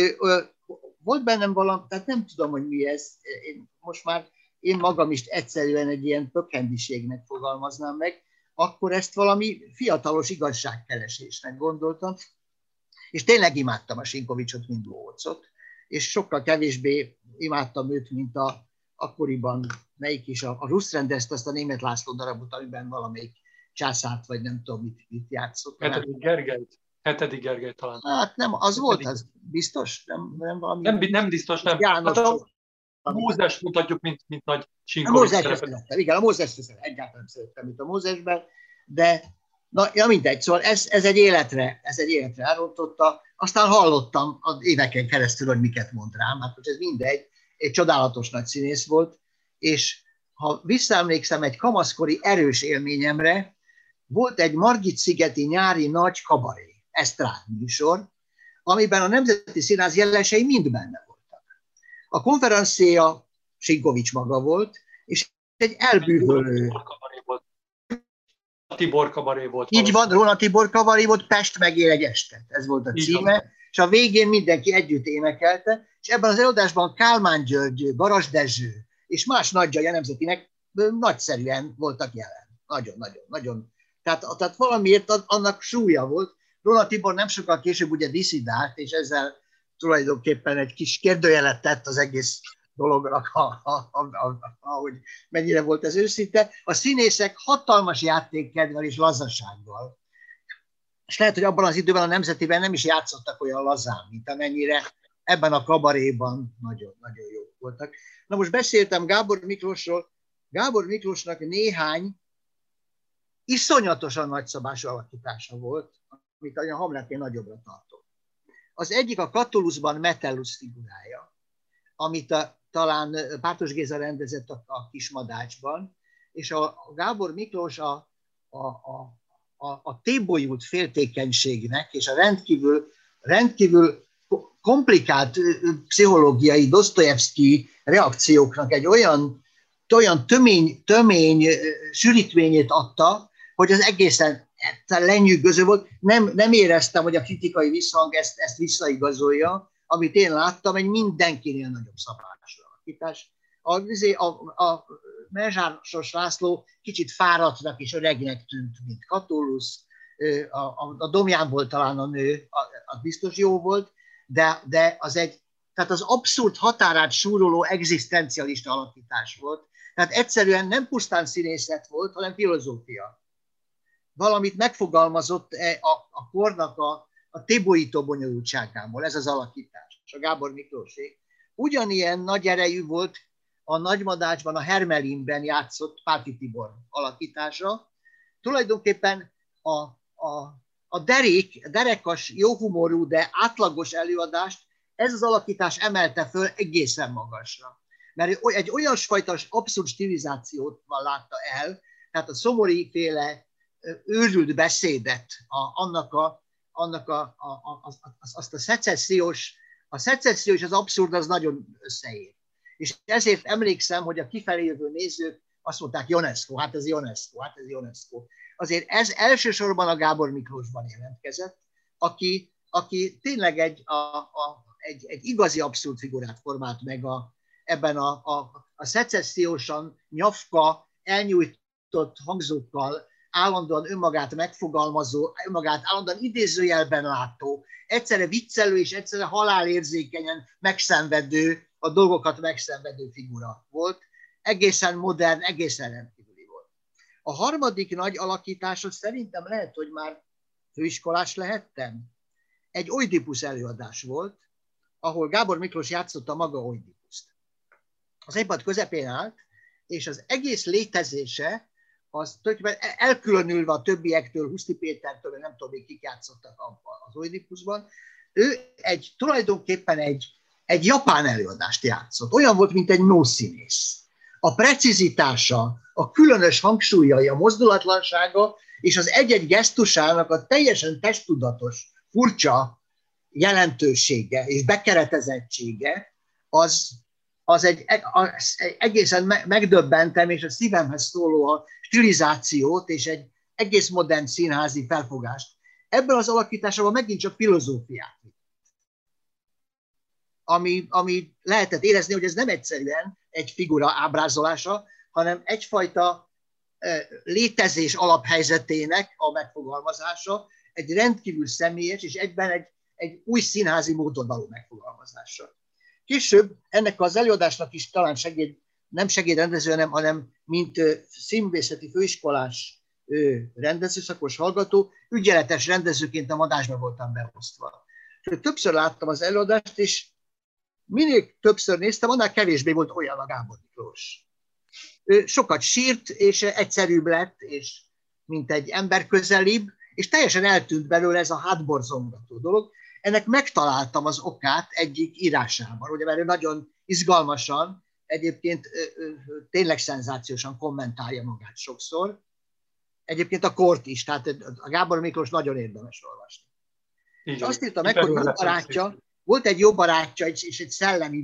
Speaker 2: Volt bennem valami, tehát nem tudom, hogy mi ez. Most már én magam is egyszerűen egy ilyen pökhendiségnek fogalmaznám meg, akkor ezt valami fiatalos igazságkeresésnek gondoltam, és tényleg imádtam a Sinkovicsot, mint bohócot, és sokkal kevésbé imádtam őt, mint akkoriban, melyik is, a Rusz rendezte azt a Németh László darabot, amiben valamelyik császárt, vagy nem tudom, mit játszott.
Speaker 1: Hetedik Gergely talán.
Speaker 2: Hát nem, az volt, az biztos? Nem valami...
Speaker 1: Nem biztos, nem.
Speaker 2: János,
Speaker 1: hát a Mózest mutatjuk, mint nagy Sinkovics szerepet.
Speaker 2: Igen, a Mózest egyáltalán szerettem, mint a Mózesben, de na mindegy, szóval ez egy életre elrontotta. Aztán hallottam az éveken keresztül, hogy miket mond rám, hát ez mindegy, egy csodálatos nagy színész volt, és ha visszaemlékszem egy kamaszkori erős élményemre, volt egy Margit-szigeti nyári nagy kabaré, esztrád műsor, amiben a Nemzeti Színház jelensei mind benne voltak. A konferencia Sinkovics maga volt, és egy elbűvölő...
Speaker 1: Tibor kabaré volt.
Speaker 2: Így van, Róna Tibor kabaré volt, Pest megél egy estet, ez volt a címe, és a végén mindenki együtt énekelte, és ebben az előadásban Kálmán György, Garas Dezső és más nagyjai a Nemzetinek nagyszerűen voltak jelen. Nagyon. Tehát valamiért annak súlya volt. Róna Tibor nem sokkal később ugye disszidált, és ezzel tulajdonképpen egy kis kérdőjelet tett az egész dolognak, ahogy mennyire volt ez őszinte. A színészek hatalmas játékkedvel és lazasággal. És lehet, hogy abban az időben a Nemzetiben nem is játszottak olyan lazán, mint amennyire ebben a kabaréban nagyon jók voltak. Na most beszéltem Gábor Miklósról. Gábor Miklósnak néhány iszonyatosan nagyszabású alakítása volt, amit a Hamletnél nagyobbra tartott. Az egyik a Catulusban Metellus figurája, amit a talán Pártos Géza rendezett a Kismadácsban, és a Gábor Miklós a tébolyult féltékenységnek és a rendkívül komplikált pszichológiai Dosztojevszkij reakcióknak egy olyan tömény sűrítményét adta, hogy az egészen lenyűgöző volt. Nem éreztem, hogy a kritikai visszhang ezt visszaigazolja, amit én láttam, egy mindenkinél nagyobb szabásra alakítás. A Mezsáros László kicsit fáradtnak és öregnek tűnt, mint Catullus, a Domjánból talán a nő, az biztos jó volt, de tehát az abszurd határát súroló egzisztencialista alakítás volt. Tehát egyszerűen nem pusztán színészet volt, hanem filozófia. Valamit megfogalmazott a kornak a tébolyító bonyolultságából, ez az alakítás, a Gábor Miklósé. Ugyanilyen nagy erejű volt a Nagymadácsban, a Hermelinben játszott Pálffy Tibor alakítása. Tulajdonképpen a derekas, jóhumorú, de átlagos előadást ez az alakítás emelte föl egészen magasra. Mert egy olyasfajta abszurd stilizációt látta el, tehát a Szomori-féle őrült beszédet, azt a szecessziós és az abszurd az nagyon összeér. És ezért emlékszem, hogy a kifelé jövő nézők azt mondták, Ionesco, hát ez Ionesco. Azért ez elsősorban a Gábor Miklósban jelentkezett, aki tényleg egy igazi abszurd figurát formált meg ebben a szecessziósan nyafka, elnyújtott hangzókkal, állandóan önmagát megfogalmazó, önmagát állandóan idézőjelben látó, egyszerre viccelő és egyszerre halálérzékenyen megszenvedő, a dolgokat megszenvedő figura volt. Egészen modern, egészen rendkívüli volt. A harmadik nagy alakítás, szerintem lehet, hogy már főiskolás lehettem. Egy Oidipus előadás volt, ahol Gábor Miklós játszotta maga Oidipuszt. Az egypad közepén állt, és az egész létezése, az tulajdonképpen elkülönülve a többiektől, Huszti Pétertől, nem tudom, még kik játszottak az Oidipusban, ő tulajdonképpen egy japán előadást játszott. Olyan volt, mint egy nószínész. A precizitása, a különös hangsúlyai, a mozdulatlansága és az egy-egy gesztusának a teljesen testtudatos, furcsa jelentősége és bekeretezettsége, az egészen megdöbbentem, és a szívemhez szóló a stilizációt és egy egész modern színházi felfogást. Ebből az alakításában megint csak filozófiát. Ami lehetett érezni, hogy ez nem egyszerűen egy figura ábrázolása, hanem egyfajta létezés alaphelyzetének a megfogalmazása, egy rendkívül személyes és egyben egy új színházi módon való megfogalmazása. Később ennek az előadásnak is talán nem segédrendező, hanem mint színművészeti főiskolás rendezőszakos hallgató, ügyeletes rendezőként a Madásba voltam beosztva. Többször láttam az előadást, és minél többször néztem, annál kevésbé volt olyan a Gábor Miklós. Sokat sírt, és egyszerűbb lett, és mint egy emberközelibb, és teljesen eltűnt belőle ez a hátborzongató dolog. Ennek megtaláltam az okát egyik írásában, ugye, mert ő nagyon izgalmasan, egyébként tényleg szenzációsan kommentálja magát sokszor. Egyébként a kort is, tehát a Gábor Miklós nagyon érdemes olvasni. És azt írta meg, hogy volt egy jó barátja és egy szellemi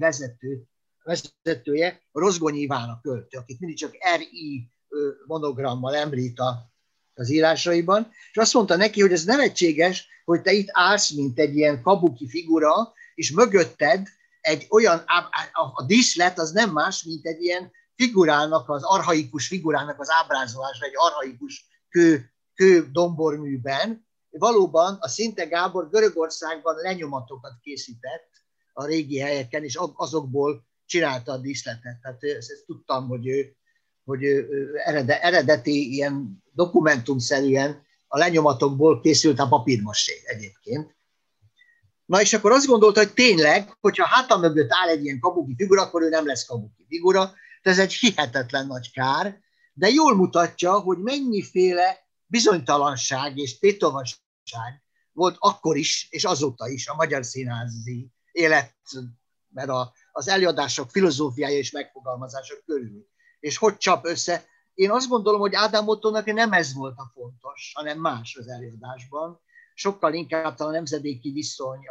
Speaker 2: vezetője, Rozgonyi Iván a költő, akit mindig csak R.I. monogrammal említ az írásaiban, és azt mondta neki, hogy ez nevetséges, hogy te itt állsz, mint egy ilyen kabuki figura, és mögötted egy olyan, a díszlet az nem más, mint egy ilyen figurának, az archaikus figurának az ábrázolása, egy archaikus kő domborműben. Valóban a Szinte Gábor Görögországban lenyomatokat készített a régi helyeken, és azokból csinálta a díszletet. Tehát ezt tudtam, hogy ő eredeti ilyen dokumentumszerűen a lenyomatokból készült a papírmassé egyébként. Na és akkor azt gondolta, hogy tényleg, hogyha háta mögött áll egy ilyen kabuki figura, akkor ő nem lesz kabuki figura. Ez egy hihetetlen nagy kár, de jól mutatja, hogy mennyiféle bizonytalanság és tétovasság volt akkor is, és azóta is a magyar színházi élet mert az előadások filozófiája és megfogalmazása körül. És hogy csap össze. Én azt gondolom, hogy Ádám Ottónak nem ez volt a fontos, hanem más az előadásban. Sokkal inkább a nemzedéki viszony,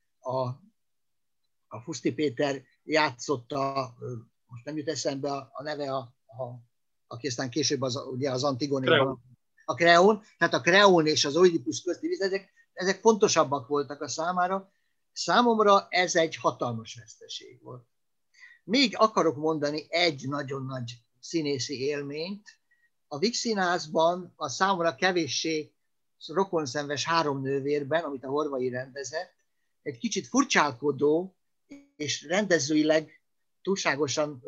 Speaker 2: a Fuszti Péter játszotta, most nem jut eszembe a neve, aki aztán később ugye az Antigonéban, a Kreón, tehát a Kreón és az Oidipus közti viszony, ezek fontosabbak voltak a számára. Számomra ez egy hatalmas veszteség volt. Még akarok mondani egy nagyon nagy színészi élményt. A Víg Színházban a számomra kevéssé rokonszenves Három nővérben, amit a Horvai rendezett, egy kicsit furcsálkodó és rendezőileg túlságosan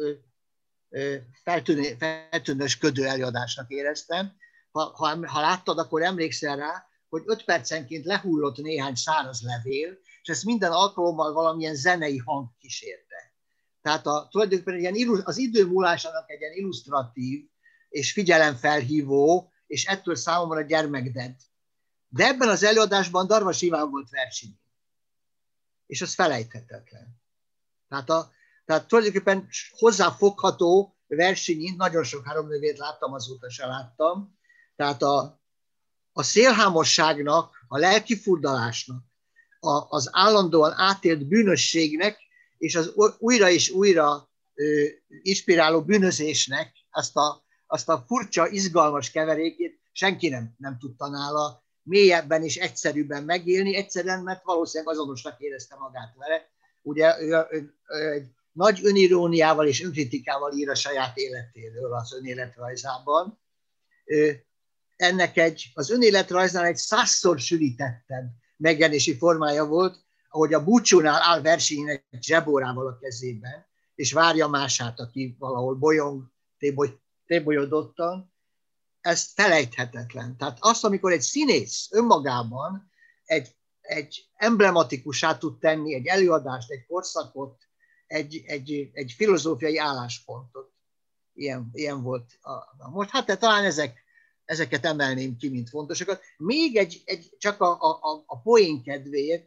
Speaker 2: feltűnösködő előadásnak éreztem. Ha láttad, akkor emlékszel rá, hogy 5 percenként lehullott néhány száraz levél, és ezt minden alkalommal valamilyen zenei hang kísérte. Tehát tulajdonképpen az idő múlásának egy ilyen illusztratív és figyelemfelhívó, és ettől számomra gyermekded. De ebben az előadásban Darvas Iván volt versenyző. És az felejthetetlen. Tehát tulajdonképpen hozzáfogható versenyin, nagyon sok Három nővért láttam, azóta se láttam. Tehát a szélhámosságnak, a lelkifurdalásnak, az állandóan átélt bűnösségnek, és az újra és újra inspiráló bűnözésnek azt a furcsa, izgalmas keverékét senki nem tudta nála mélyebben és egyszerűbben megélni, egyszerűen, mert valószínűleg azonosnak érezte magát vele. Ugye ő nagy öniróniával és önkritikával ír a saját életéről az önéletrajzában. Ennek az önéletrajznál egy 100-szor sűrítettebb megjelenési formája volt, ahogy a búcsúnál áll versenyének zsebórával a kezében, és várja mását, aki valahol bolyong, tébolyodottan. Ez felejthetetlen. Tehát azt, amikor egy színész önmagában egy emblematikussá tud tenni egy előadást, egy korszakot, egy filozófiai álláspontot. Ilyen volt. Most hát talán ezeket emelném ki, mint fontosakat. Még csak a poén kedvéért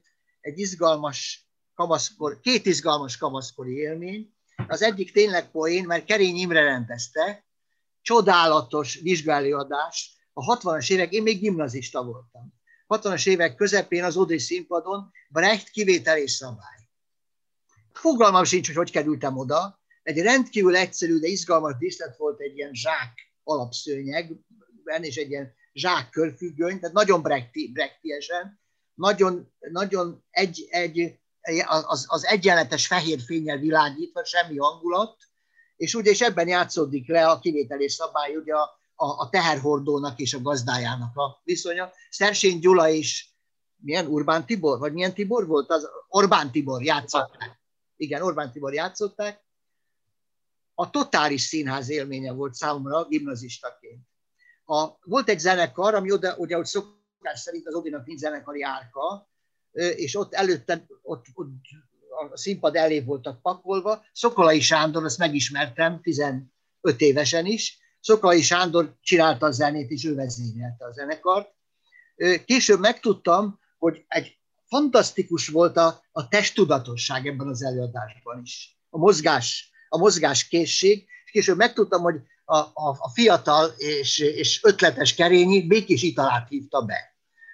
Speaker 2: két izgalmas kamaszkori élmény. Az egyik tényleg poén, mert Kerény Imre rendezte, csodálatos vizsgálóadás. A 60-as évek, én még gimnazista voltam. 60-as évek közepén az Odry színpadon Brecht Kivétel és szabály. Fogalmam sincs, hogy kerültem oda. Egy rendkívül egyszerű, de izgalmas díszlet volt, egy ilyen zsák alapszőnyegben, és egy ilyen zsák körfüggöny, tehát nagyon brechtiesen, nagyon az egyenletes fehér fénnyel világítva, semmi hangulat, és ugye és ebben játszódik le a Kivétel és szabály, ugye a teherhordónak és a gazdájának a viszonya. Szersény Gyula és Urbán Tibor, vagy milyen Tibor volt? Orbán Tibor játszották. Igen, Orbán Tibor játszották. A totális színház élménye volt számomra gimnazistaként. Volt egy zenekar, ami ugye, ahogy szokás szerint az Odynak nincs zenekari árka, és ott előtte, ott a színpad elé voltak pakolva. Szokolai Sándor, azt megismertem 15 évesen is. Szokolai Sándor csinálta a zenét, és ő vezényelte a zenekart. Később megtudtam, hogy egy fantasztikus volt a testtudatosság ebben az előadásban is. A mozgáskészség, és később megtudtam, hogy a fiatal és ötletes Kerényi Békés Italát hívta be.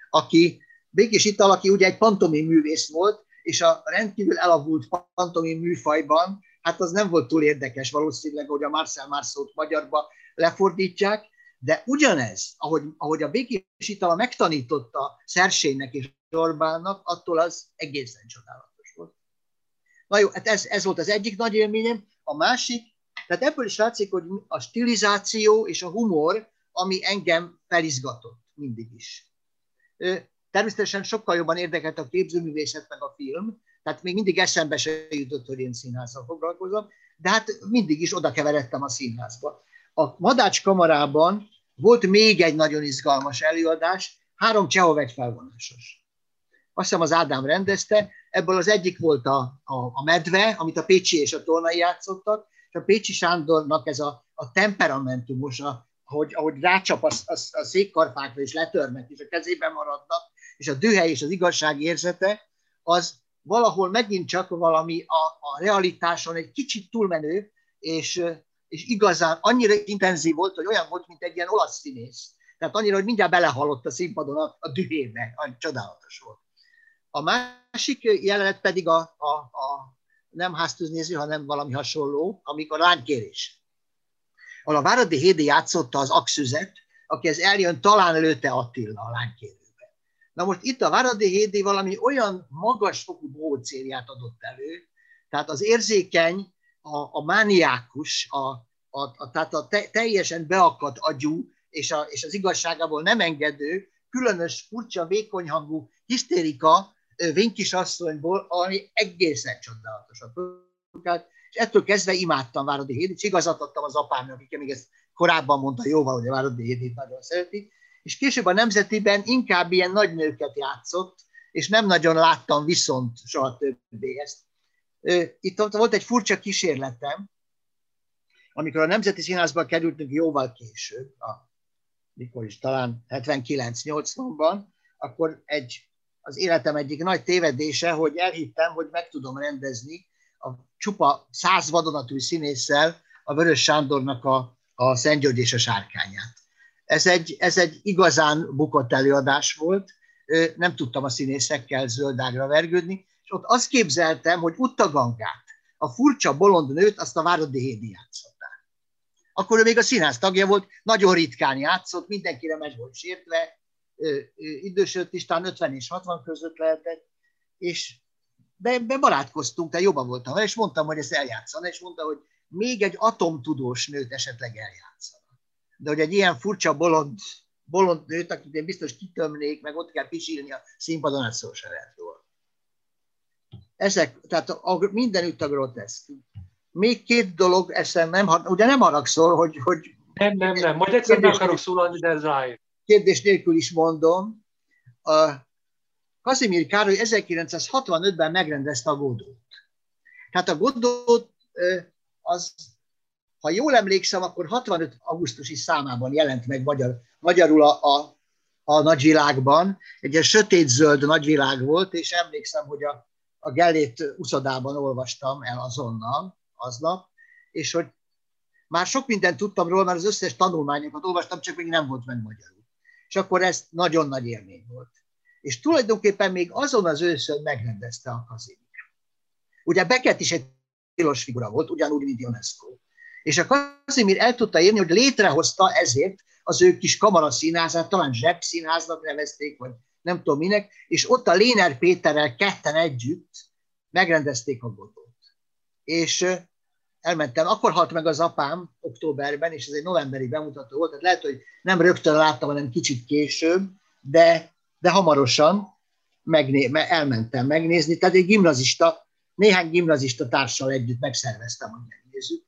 Speaker 2: Békés Ital, aki ugye egy pantomim művész volt, és a rendkívül elavult pantomim műfajban, hát az nem volt túl érdekes valószínűleg, hogy a Marcel Marceau-t magyarba lefordítják, de ugyanez, ahogy a Békés Itala megtanította Szersénynek és Orbánnak, attól az egészen csodálatos volt. Na jó, hát ez volt az egyik nagy élményem. A másik, tehát ebből is látszik, hogy a stilizáció és a humor, ami engem felizgatott mindig is. Természetesen sokkal jobban érdekelt a képzőművészet meg a film, tehát még mindig eszembe se jutott, hogy én színházzal foglalkozom, de hát mindig is oda keveredtem a színházba. A Madács kamarában volt még egy nagyon izgalmas előadás, 3 Csehovek felvonásos. Azt hiszem az Ádám rendezte, ebből az egyik volt a Medve, amit a Pécsi és a Tornai játszottak, és a Pécsi Sándornak ez a temperamentumos, ahogy rácsap a székkarfákra és letörnek, és a kezében maradnak, és a dühely és az igazság érzete, az valahol megint csak valami a realitáson egy kicsit túlmenő, és igazán annyira intenzív volt, hogy olyan volt, mint egy ilyen olasz színész. Tehát annyira, hogy mindjárt belehalott a színpadon a dühébe, csodálatos volt. A másik jelenet pedig a nem háztűznéző, hanem valami hasonló, amikor a lánykérés. A Váradi Hédi játszotta az Akszüzet, akihez eljön, talán lőtte Attila a lánykérőbe. Na most itt a Váradi Hédi valami olyan magasfokú bohócériát adott elő, tehát az érzékeny, a mániákus, tehát a teljesen beakadt agyú, és az igazságából nem engedő, különös, furcsa, vékonyhangú hisztérika Vénykisasszonyból, ami egészen csodálatos. És ettől kezdve imádtam Váradi Hédit, és igazat adtam az apámnak, aki még ezt korábban mondta jóval, hogy a Váradi Hédit nagyon szereti, és később a Nemzetiben inkább ilyen nagy nőket játszott, és nem nagyon láttam viszont soha többé ezt. Itt volt egy furcsa kísérletem, amikor a Nemzeti Színházba kerültünk jóval később, mikor is talán 79-80-ban, akkor az életem egyik nagy tévedése, hogy elhittem, hogy meg tudom rendezni a csupa 100 vadonatúj színésszel a Vörös Sándornak a Szent György és a Sárkányát. Ez egy igazán bukott előadás volt, nem tudtam a színészekkel zöldágra vergődni, és ott azt képzeltem, hogy Uttagangát, a furcsa bolond nőt, azt a Váradi Hédi játszották. Akkor ő még a színház tagja volt, nagyon ritkán játszott, mindenkire meg volt sértve, idősödött is, talán 50 és 60 között lehetett, és barátkoztunk, tehát jobban voltam vele, és mondtam, hogy ezt eljátszana, és mondta, hogy még egy atomtudós nőt esetleg eljátszana. De hogy egy ilyen furcsa bolond nőt, akit én biztos kitömnék, meg ott kell pisilni a színpadon, hát szó se lehet róla. Ezek, tehát mindenütt a groteszk. Még két dolog eszembe, ugye nem haragszol, hogy
Speaker 1: Nem, majd egyszer meg akarok szólalni, de ez ráér.
Speaker 2: Kérdés nélkül is mondom, Kazimír Károly 1965-ben megrendezte a Godót. Tehát a Godót, ha jól emlékszem, akkor 65. augusztusi számában jelent meg magyarul a nagyvilágban. Egy ilyen sötétzöld nagyvilág volt, és emlékszem, hogy a Gellért uszodában olvastam el azonnal, aznap, és hogy már sok mindent tudtam róla, mert az összes tanulmányokat olvastam, csak még nem volt meg magyarul. És akkor ez nagyon nagy élmény volt. És tulajdonképpen még azon az őszön megrendezte a Kazimír. Ugye Beckett is egy tilos figura volt, ugyanúgy, mint Ionesco. És a Kazimír el tudta érni, hogy létrehozta ezért az ő kis kamaraszínházát, talán Zsepp színháznak nevezték, vagy nem tudom minek, és ott a Léner Péterrel ketten együtt megrendezték a Godót. És elmentem, akkor halt meg az apám októberben, és ez egy novemberi bemutató volt, tehát lehet, hogy nem rögtön láttam, hanem kicsit később, de hamarosan elmentem megnézni, tehát egy néhány gimnazista társal együtt megszerveztem, hogy megnézzük.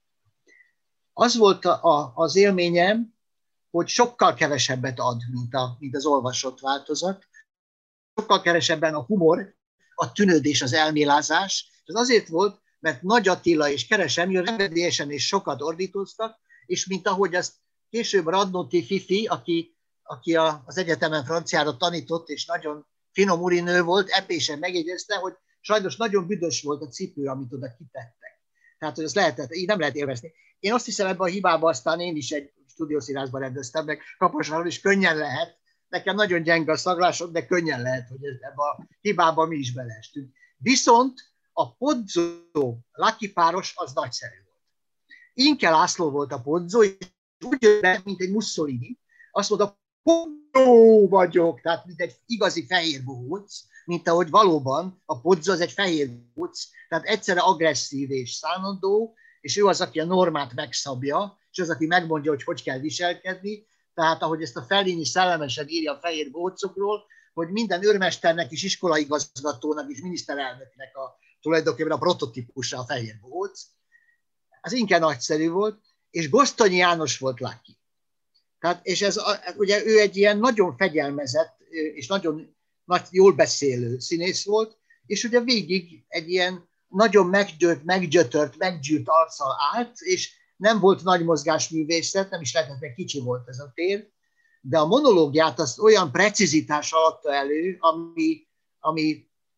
Speaker 2: Az volt az élményem, hogy sokkal kevesebbet ad, mint az olvasott változat. Sokkal kevesebben a humor, a tűnődés, az elmélázás. Ez azért volt, mert Nagy Attila és Keres Emil renvedélyesen és sokat ordítoztak, és mint ahogy azt később Radnóti Fifi, aki az egyetemen franciára tanított, és nagyon finom urinő volt, epésen megjegyezte, hogy sajnos nagyon büdös volt a cipő, amit oda kitettek. Tehát, hogy ezt így nem lehet élvezni. Én azt hiszem, ebben a hibában aztán én is egy stúdiószínházban rendeztem, meg Kaposváron is könnyen lehet. Nekem nagyon gyenge a szaglásom, de könnyen lehet, hogy ebben a hibában mi is beleestünk. Viszont a Pozzo Lucky páros az nagyszerű volt. Inke László volt a Pozzo, és úgy jött be, mint egy Mussolini. Azt mondta, Pozzo vagyok, tehát mint egy igazi fehér bohóc, mint ahogy valóban a Pozzo az egy fehér bohóc, tehát egyszerre agresszív és szánandó, és ő az, aki a normát megszabja, és az, aki megmondja, hogy kell viselkedni. Tehát ahogy ezt a Fellini szellemesen írja a fehér bohócokról, hogy minden őrmesternek és iskolaigazgatónak és miniszterelnöknek tulajdonképpen a prototípusa a fehér bohóc. Az inkább nagyszerű volt, és Gosztonyi János volt Lucky. Tehát, és ugye ő egy ilyen nagyon fegyelmezett és nagyon jól beszélő színész volt, és ugye végig egy ilyen nagyon meggyötört, meggyűrt arccal állt, és nem volt nagy mozgásművészet, nem is lehetett, mert kicsi volt ez a tér, de a monológiát azt olyan precizitással adta elő, ami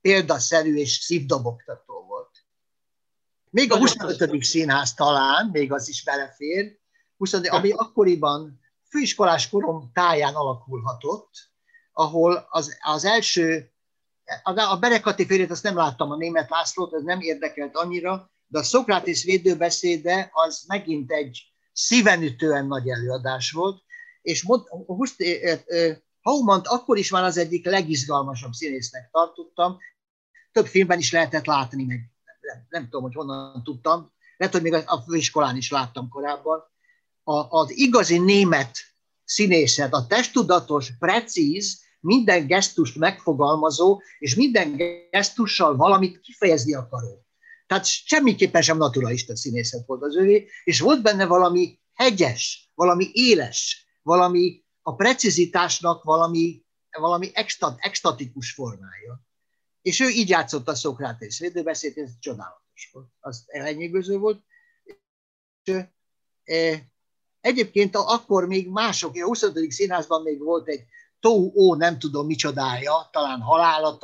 Speaker 2: példaszerű és szívdobogtató volt. Még a 25. színház talán, még az is belefér, ami akkoriban főiskolás korom táján alakulhatott, ahol az első, a Berekati férjét azt nem láttam, a Németh Lászlót, ez nem érdekelt annyira, de a Szokratész védőbeszéde az megint egy szívenütően nagy előadás volt, és Haumant akkor is már az egyik legizgalmasabb színésznek tartottam, több filmben is lehetett látni, meg nem tudom, hogy honnan tudtam, lehet, hogy még a főiskolán is láttam korábban. Az igazi német színészet, a testtudatos, precíz, minden gesztust megfogalmazó, és minden gesztussal valamit kifejezni akaró. Tehát semmiképpen sem naturalista színészet volt az övé, és volt benne valami hegyes, valami éles, valami a precizitásnak valami extatikus formája. És ő így játszott a Szokratész védőbeszéd, ez csodálatos volt. Az elenyégőző volt. Egyébként akkor még mások, a 25. színházban még volt egy Tou-ó nem tudom micsodája, talán halála,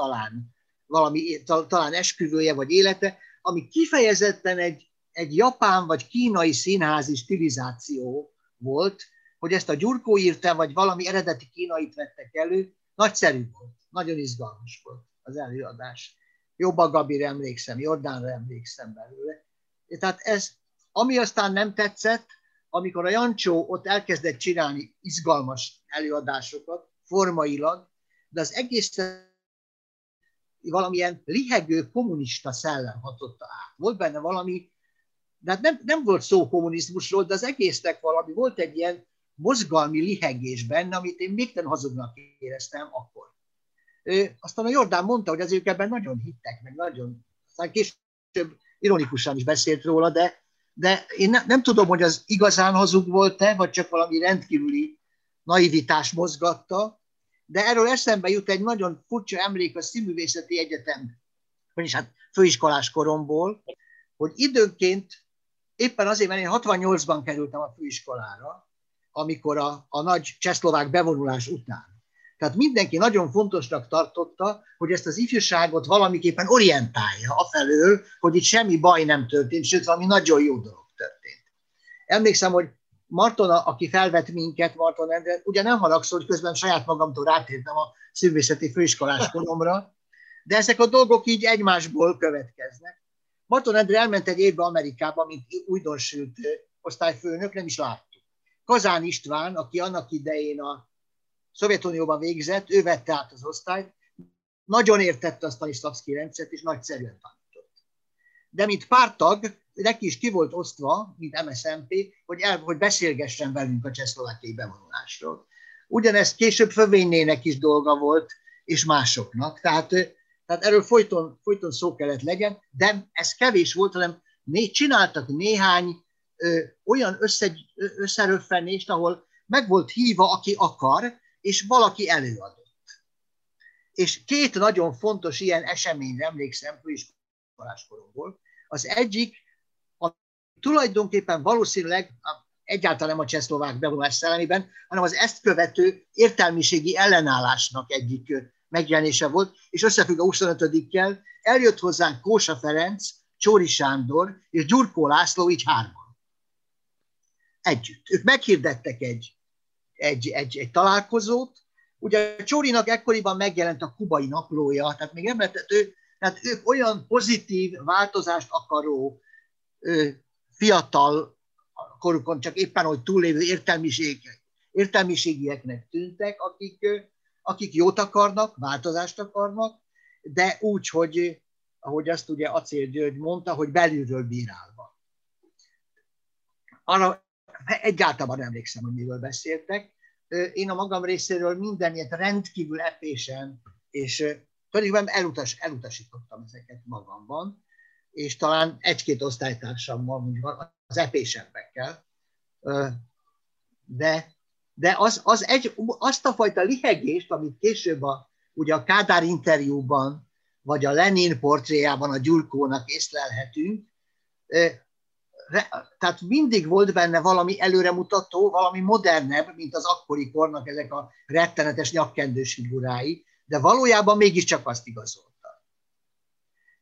Speaker 2: talán esküvője vagy élete, ami kifejezetten egy japán vagy kínai színházi stilizáció volt, hogy ezt a Gyurkó írta, vagy valami eredeti kínait vettek elő, nagyszerű volt, nagyon izgalmas volt az előadás. Jobban Gabira emlékszem, Jordánra emlékszem belőle. Tehát ez, ami aztán nem tetszett, amikor a Jancsó ott elkezdett csinálni izgalmas előadásokat, formailag, de az egész valamilyen lihegő kommunista szellem hatotta át. Volt benne valami, de hát nem volt szó kommunizmusról, de az egésznek valami, volt egy ilyen mozgalmi lihegés benne, amit én még nem hazugnak éreztem akkor. Aztán a Jordán mondta, hogy azért ebben nagyon hittek, meg nagyon, aztán később ironikusan is beszélt róla, de én nem tudom, hogy az igazán hazug volt-e, vagy csak valami rendkívüli naivitás mozgatta, de erről eszembe jut egy nagyon furcsa emlék a Színművészeti Egyetem, vagyis hát főiskolás koromból, hogy időnként, éppen azért, mert én 68-ban kerültem a főiskolára, amikor a nagy csehszlovák bevonulás után. Tehát mindenki nagyon fontosnak tartotta, hogy ezt az ifjúságot valamiképpen orientálja afelől, hogy itt semmi baj nem történt, sőt, valami nagyon jó dolog történt. Emlékszem, hogy Marton, aki felvett minket, Marton Endre, ugye nem haragszol, hogy közben saját magamtól rátértem a színművészeti főiskolás koromra, de ezek a dolgok így egymásból következnek. Marton Endre elment egy évbe Amerikába, mint újdonsült osztályfőnök, nem is láttuk. Kazán István, aki annak idején a Szovjetunióban végzett, ő vette át az osztályt, nagyon értette a Stanislavski rendszert, és nagyszerűen tanított. De mint párttag, neki is ki volt osztva, mint MSZNP, hogy beszélgessen velünk a csehszlovákiai bevonulásról. Ugyanezt később Fövénynének is dolga volt, és másoknak. Tehát erről folyton szó kellett legyen, de ez kevés volt, hanem csináltak néhány olyan összeröffenést, ahol meg volt hívva, aki akar, és valaki előadott. És két nagyon fontos ilyen eseményre emlékszem főiskolás koromból. Az egyik, tulajdonképpen valószínűleg egyáltalán nem a csehszlovák bevonulás szellemében, hanem az ezt követő értelmiségi ellenállásnak egyik megjelenése volt, és összefügg a 25-kel, eljött hozzánk Kósa Ferenc, Csóri Sándor és Gyurkó László, így hárman. Együtt. Ők meghirdettek egy találkozót. Ugye Csórinak ekkoriban megjelent a kubai naplója, tehát még nem lehetett tehát ők olyan pozitív változást akaró fiatal korukon csak éppen, hogy túllévő értelmiségieknek tűntek, akik jót akarnak, változást akarnak, de úgy, hogy, ahogy azt ugye Acél György mondta, hogy belülről bírálva. Arra egyáltalán emlékszem, hogy miről beszéltek. Én a magam részéről minden ilyet rendkívül epésen, és tulajdonképpen elutasítottam ezeket magamban, és talán egy-két osztálytársammal, mondjuk az epésebbekkel, de azt a fajta lihegést, amit később ugye a Kádár interjúban, vagy a Lenin portréjában a Gyurkónak észlelhetünk, tehát mindig volt benne valami előremutató, valami modernebb, mint az akkori kornak ezek a rettenetes nyakkendős figurái, de valójában mégiscsak azt igazolta.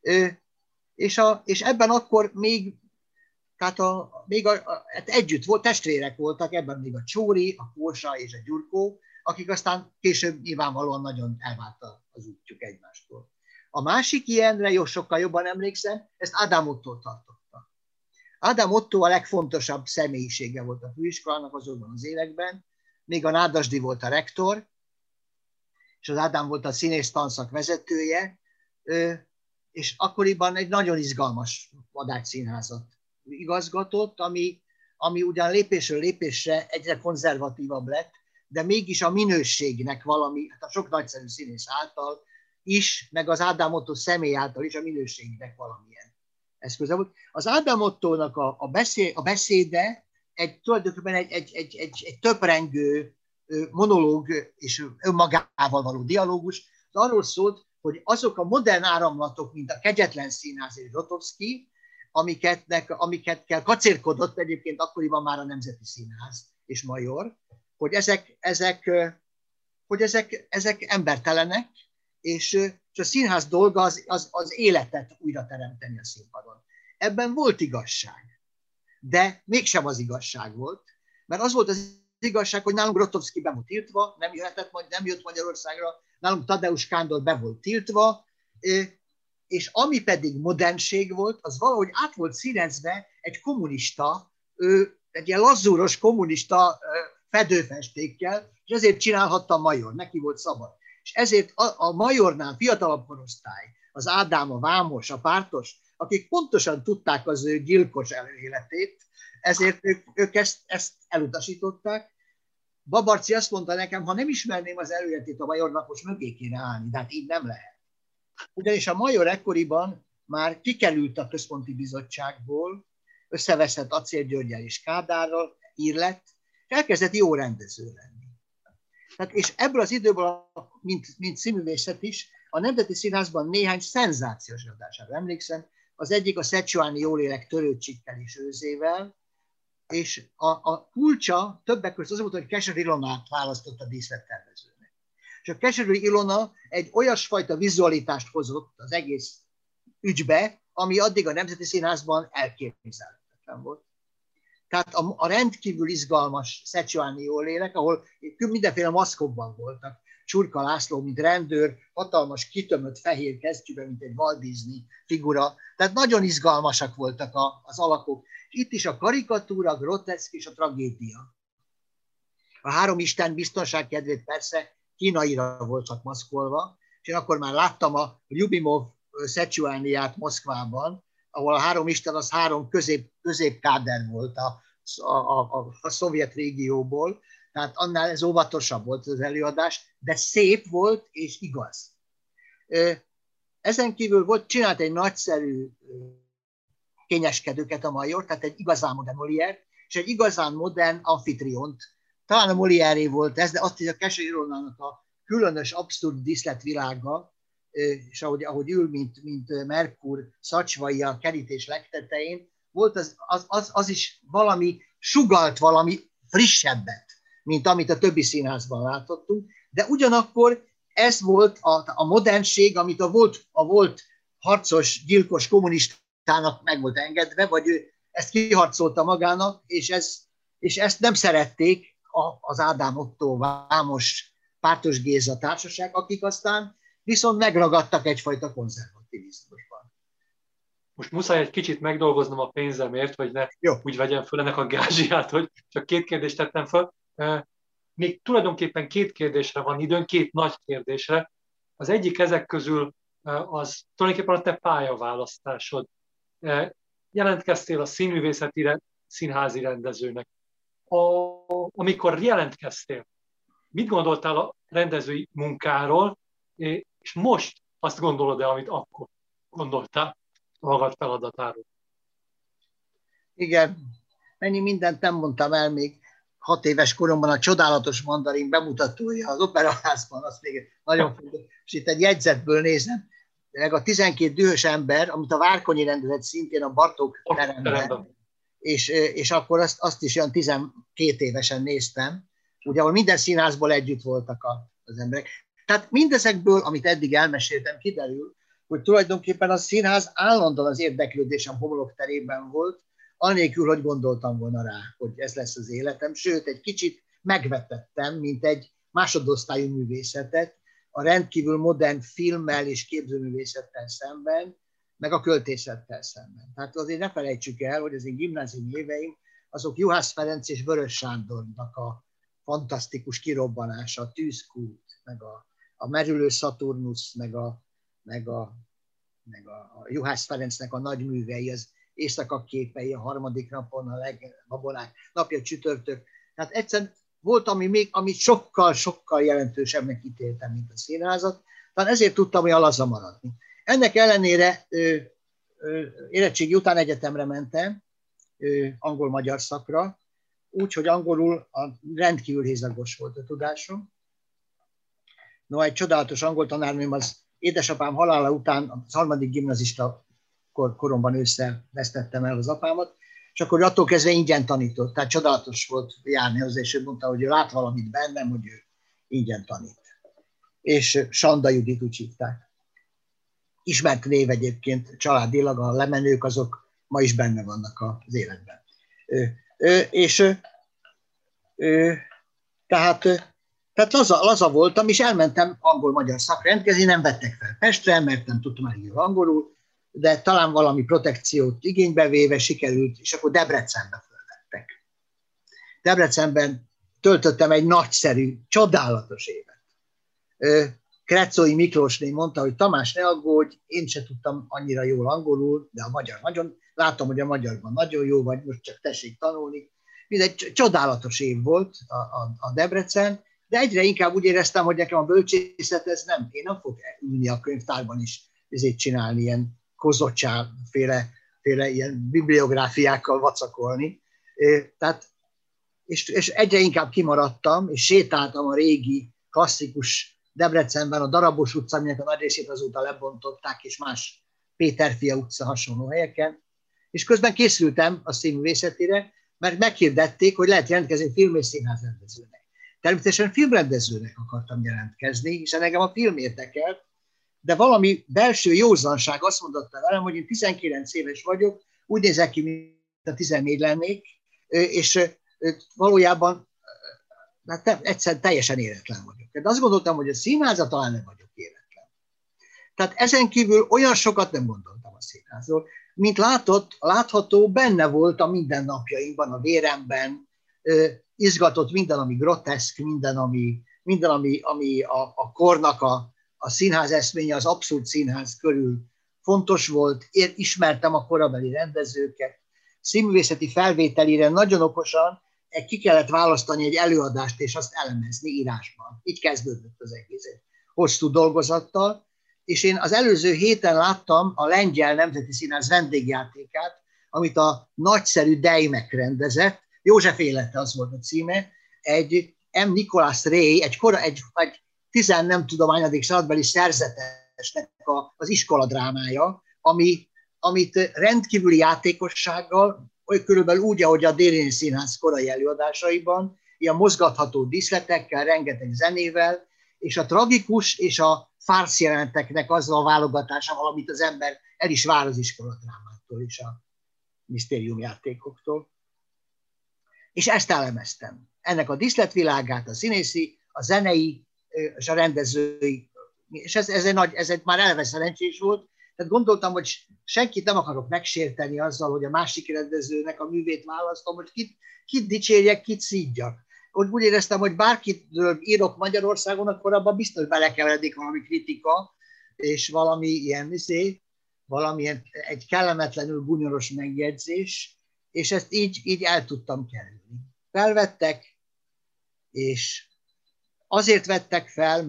Speaker 2: És ebben akkor még, tehát hát együtt volt, testvérek voltak, ebben még a Csóri, a Kósa és a Gyurkó, akik aztán később nyilvánvalóan nagyon elvált az útjuk egymástól. A másik ilyenre sokkal jobban emlékszem, ezt Ádám Ottó tartotta. Ádám Ottó a legfontosabb személyisége volt a főiskolának azokban az években, még a Nádasdy volt a rektor, és az Ádám volt a színész tanszak vezetője, és akkoriban egy nagyon izgalmas Madács Színházat igazgatott, ami ugyan lépésről lépésre egyre konzervatívabb lett, de mégis a minőségnek valami, hát a sok nagyszerű színész által is, meg az Ádám Ottó személy által is a minőségnek valamilyen eszköze volt. Az Ádám Ottónak a beszéde tulajdonképpen egy töprengő monológ és önmagával való dialógus, az arról szólt, hogy azok a modern áramlatok, mint a Kegyetlen Színház és Grotowski, amiket kacérkodott egyébként akkoriban már a Nemzeti Színház és Major, hogy ezek embertelenek, és a színház dolga az életet újra teremteni a színpadon. Ebben volt igazság, de mégsem az igazság volt, mert az volt az igazság, hogy nálunk Grotowski be volt tiltva, nem jött Magyarországra, nálunk Tadeusz Kándor be volt tiltva, és ami pedig modernség volt, az valahogy át volt színezve egy kommunista, egy ilyen lazúros kommunista fedőfestékkel, és ezért csinálhatta a Major, neki volt szabad. És ezért a Majornál fiatalabb korosztály, az Ádám, a Vámos, a Pártos, akik pontosan tudták az ő gyilkos előéletét, ezért ők ezt elutasították. Babarczy azt mondta nekem, ha nem ismerném az előéletét a Majornak, most mögé kéne állni, de hát így nem lehet. Ugyanis a Major ekkoriban már kikerült a Központi Bizottságból, összeveszett Acél Györggyel és Kádárral, ír lett, és elkezdett jó rendező lenni. Tehát, és ebből az időből, mint színművészet is, a Nemzeti Színházban néhány szenzációs adására emlékszem. Az egyik a Szecsuáni Jólélek Törőcsikkel és Őzével, és a kulcsa többek között az volt, hogy Keserű Ilonát választott a díszlettervezőnek. És a Keserű Ilona egy olyasfajta vizualitást hozott az egész ügybe, ami addig a Nemzeti Színházban elképzelhetetlen volt. Tehát a rendkívül izgalmas Szecsuáni Jólélek, ahol mindenféle maszkokban voltak. Csurka László, mint rendőr, hatalmas kitömött fehér kesztyűben, mint egy Walt Disney figura. Tehát nagyon izgalmasak voltak az alakok. És itt is a karikatúra, a groteszk és a tragédia. A három isten biztonság kedvéért persze kínaira voltak maszkolva, és én akkor már láttam a Lyubimov Szecsuániát Moszkvában, ahol a három isten az három középkáder volt a szovjet régióból, tehát annál ez óvatosabb volt az előadás, de szép volt és igaz. Ezen kívül csinált egy nagyszerű kényeskedőket a Major, tehát egy igazán modern Molière, és egy igazán modern Amfitriont. Talán a Molière volt ez, de azt is a Keserű Ilonának a különös, abszurd díszletvilága, és ahogy ül, mint Merkur szacsvai a kerítés legtetején, volt az is sugalt valami frissebbet, mint amit a többi színházban látottunk, de ugyanakkor ez volt a modernség, amit a volt harcos, gyilkos kommunistának meg volt engedve, vagy ő ezt kiharcolta magának, és ezt nem szerették az Ádám Ottó, Vámos, Pártos Géza társaság, akik aztán viszont megragadtak egyfajta konzervativizmusban.
Speaker 1: Most muszáj egy kicsit megdolgoznom a pénzemért, hogy ne úgy vegyem föl ennek a gázsiát, hogy csak 2 kérdést tettem föl. Még tulajdonképpen 2 kérdésre van időn, 2 nagy kérdésre. Az egyik ezek közül az tulajdonképpen a te pályaválasztásod. Jelentkeztél a színművészeti színházi rendezőnek. Amikor jelentkeztél, mit gondoltál a rendezői munkáról, és most azt gondolod-e, amit akkor gondoltál a magad feladatáról?
Speaker 2: Igen, mennyi mindent nem mondtam el még 6 éves koromban, a Csodálatos Mandarin bemutatója az Operaházban, az még nagyon fontos. És itt egy jegyzetből nézem, meg a 12 dühös ember, amit a Várkonyi rendezett szintén a Bartók teremben, és akkor azt is olyan 12 évesen néztem, ugye, ahol minden színházból együtt voltak az emberek. Tehát mindezekből, amit eddig elmeséltem, kiderül, hogy tulajdonképpen a színház állandóan az érdeklődésem homlokterében volt, anélkül, hogy gondoltam volna rá, hogy ez lesz az életem. Sőt, egy kicsit megvetettem, mint egy másodosztályú művészetet, a rendkívül modern filmmel és képzőművészettel szemben, meg a költészettel szemben. Tehát azért ne felejtsük el, hogy az én gimnáziumi éveim, azok Juhász Ferenc és Vörös Sándornak a fantasztikus kirobbanása, a Tűzkút, meg a Merülő Szaturnusz, meg a Juhász Ferencnek a nagy művei, az Éjszaka képei, a harmadik napon, a legbabonák napja, csütörtök. Tehát egyszerűen volt, amit sokkal jelentősebbnek ítéltem, mint a színházat, talán ezért tudtam olyan laza maradni. Ennek ellenére érettségi után egyetemre mentem, angol-magyar szakra, úgyhogy angolul rendkívül hézagos volt a tudásom. No, egy csodálatos angol tanárnőm, az édesapám halála után, az harmadik gimnazista koromban ősszel vesztettem el az apámat, és akkor attól kezdve ingyen tanított. Tehát csodálatos volt járni hozzá, és ő mondta, hogy ő lát valamit bennem, hogy ő ingyen tanít. És Sanda Judit úgy hívták. Ismert név egyébként családilag, a lemenők azok ma is benne vannak az életben. Tehát laza voltam, és elmentem angol-magyar szakra rendkezni, nem vettek fel Pestre, mert nem tudtam elég angolul, de talán valami protekciót igénybe véve sikerült, és akkor Debrecenbe fölvettek. Debrecenben töltöttem egy nagyszerű, csodálatos évet. Krecói Miklósné mondta, hogy Tamás, ne aggódj, én se tudtam annyira jól angolul, de a magyar nagyon, látom, hogy a magyarban nagyon jó vagy, most csak tessék tanulni. Mindegy, csodálatos év volt a Debrecen, de egyre inkább úgy éreztem, hogy nekem a bölcsészet ez nem, én nem fogok ülni a könyvtárban is ezért csinálni, ilyen kozocsálféle ilyen bibliográfiákkal vacakolni. Tehát, és egyre inkább kimaradtam, és sétáltam a régi, klasszikus Debrecenben, a Darabos utca, aminek a nagy részét azóta lebontották, és más Péterfia utca hasonló helyeken. És közben készültem a színművészetére, mert meghirdették, hogy lehet jelentkezni film- és színházrendezőnek. Természetesen filmrendezőnek akartam jelentkezni, hiszen engem a film érdekelt, de valami belső józanság azt mondotta velem, hogy én 19 éves vagyok, úgy nézek ki, mint a 14 lennék, és valójában hát egyszerűen teljesen éretlen vagyok. De azt gondoltam, hogy a színházat talán nem vagyok éretlen. Tehát ezen kívül olyan sokat nem gondoltam a színházról, mint látható, benne volt a mindennapjaimban, a véremben, izgatott minden, ami groteszk, minden, ami a kornak a színház eszménye, az abszurd színház körül fontos volt. Én ismertem a korabeli rendezőket. Színművészeti felvételire nagyon okosan ki kellett választani egy előadást, és azt elemezni írásban. Így kezdődött az egész hosszú dolgozattal. És én az előző héten láttam a Lengyel Nemzeti Színház vendégjátékát, amit a nagyszerű Dejmek rendezett, József élete az volt a címe, egy M. Nicholas Ray, egy 10 nem tudom hányadik századbeli szerzetesnek az iskoladrámája, amit rendkívüli játékossággal, körülbelül úgy, ahogy a Dérinyi Színház korai előadásaiban, ilyen mozgatható díszletekkel, rengeteg zenével, és a tragikus és a fársz jeleneteknek azzal a válogatásával, amit az ember el is vár az iskoladrámától és a misztériumjátékoktól. És ezt elemeztem. Ennek a díszletvilágát, a színészi, a zenei és a rendezői, és ez egy már eleve szerencsés volt, tehát gondoltam, hogy senkit nem akarok megsérteni azzal, hogy a másik rendezőnek a művét választom, hogy kit dicsérjek, kit szídjak. Úgy éreztem, hogy bárkitől írok Magyarországon, akkor abban biztos belekeveredik valami kritika, és valamilyen egy kellemetlenül bunyoros megjegyzés, és ezt így el tudtam kerülni. Felvettek, és azért vettek fel,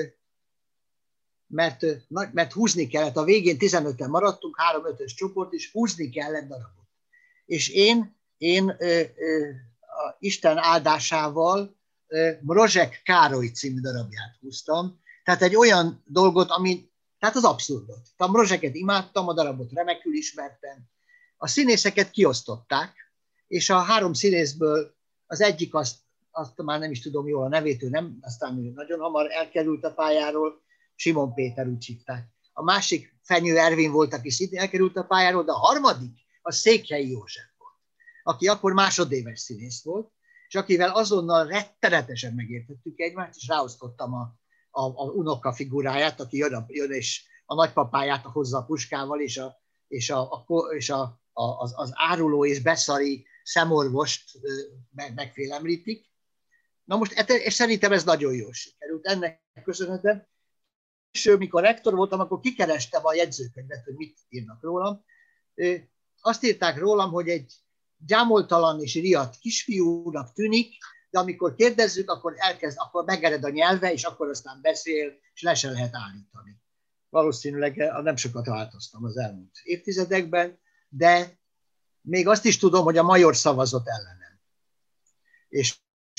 Speaker 2: mert húzni kellett. A végén 15-en maradtunk, 3-5-ös csoport, és húzni kellett darabot. És én Isten áldásával Mrozsek Károly című darabját húztam. Tehát egy olyan dolgot, tehát az abszurdot. A Mrozseket imádtam, a darabot remekül ismertem. A színészeket kiosztották, és a 3 színészből az egyik azt már nem is tudom jól a nevét, aztán nagyon hamar elkerült a pályáról, Simon Péter úgy hívták. a másik Fenyő Ervin volt, aki szintén elkerült a pályáról, de a harmadik a Székhelyi József volt, aki akkor másodéves színész volt, és akivel azonnal rettenetesen megértettük egymást, és ráosztottam a unoka figuráját, aki jön és a nagypapáját hozza a puskával, és az áruló és beszari szemorvost megfélemlítik. Na most és szerintem ez nagyon jól sikerült. Ennek köszönhetem. És mikor rektor voltam, akkor kikerestem a jegyzőkönyvet, hogy mit írnak rólam. Azt írták rólam, hogy egy gyámoltalan és riadt kisfiúnak tűnik, de amikor kérdezzük, akkor megered a nyelve, és akkor aztán beszél, és le se lehet állítani. Valószínűleg nem sokat változtam az elmúlt évtizedekben, de még azt is tudom, hogy a major szavazott ellenem. És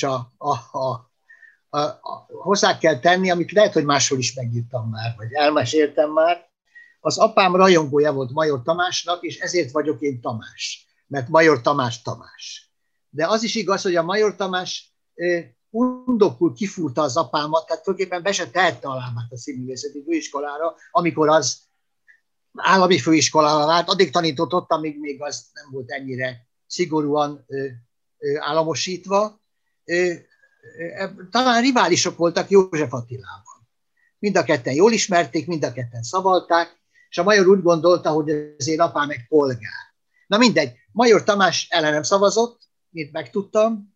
Speaker 2: hozzá kell tenni, amit lehet, hogy máshol is megírtam már, vagy elmeséltem már. Az apám rajongója volt Major Tamásnak, és ezért vagyok én Tamás, mert Major Tamás. De az is igaz, hogy a Major Tamás undokul kifúrta az apámat, tehát tulajdonképpen be se tehette a lábát a színművészeti főiskolára, amikor az állami főiskolára vált, addig tanított ott, amíg még az nem volt ennyire szigorúan államosítva. Talán riválisok voltak József Attilával. Mind a ketten jól ismerték, mind a ketten szavalták, és a Major úgy gondolta, hogy az én apám egy polgár. Na mindegy, Major Tamás ellenem szavazott, mint megtudtam,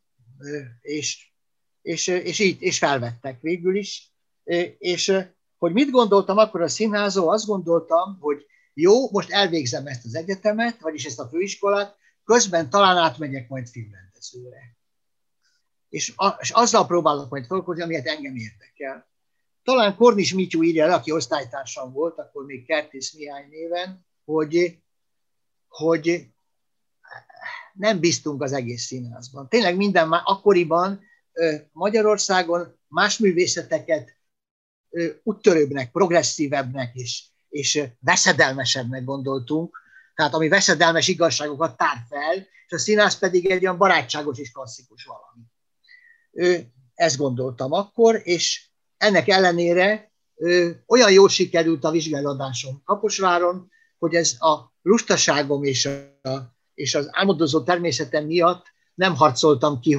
Speaker 2: és felvettek végül is. És hogy mit gondoltam akkor a színházról, azt gondoltam, hogy jó, most elvégzem ezt az egyetemet, vagyis ezt a főiskolát, közben talán átmegyek majd filmrendezőre. És azzal próbálok majd foglalkozni, amiért engem érdekel. Talán Kornis Mityu írja le, aki osztálytársam volt, akkor még Kertész Mihály néven, hogy nem bíztunk az egész színházban. Tényleg minden már akkoriban Magyarországon más művészeteket úttörőbbnek, progresszívebbnek és veszedelmesebbnek gondoltunk, tehát ami veszedelmes igazságokat tár fel, és a színház pedig egy olyan barátságos és klasszikus valami. Ezt gondoltam akkor, és ennek ellenére olyan jól sikerült a vizsgálódásom Kaposváron, hogy ez a lustaságom és az álmodozó természetem miatt nem harcoltam ki,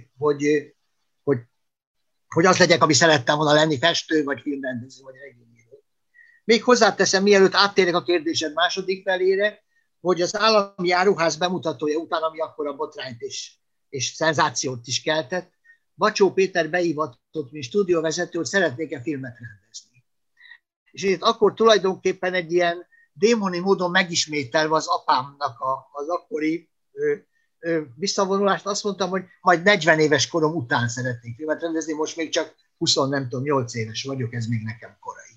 Speaker 2: hogy az legyek, ami szerettem volna lenni, festő, vagy filmrendező, vagy regényíró. Még hozzáteszem, mielőtt áttérek a kérdésed második felére, hogy az Állami Áruház bemutatója után, ami akkor a botrányt és szenzációt is keltett, Bacsó Péter beívatott, mint stúdióvezető, hogy szeretnék-e filmet rendezni. És itt akkor tulajdonképpen egy ilyen démoni módon megismételve az apámnak az akkori visszavonulást, azt mondtam, hogy majd 40 éves korom után szeretnék filmet rendezni, most még csak 8 éves vagyok, ez még nekem korai.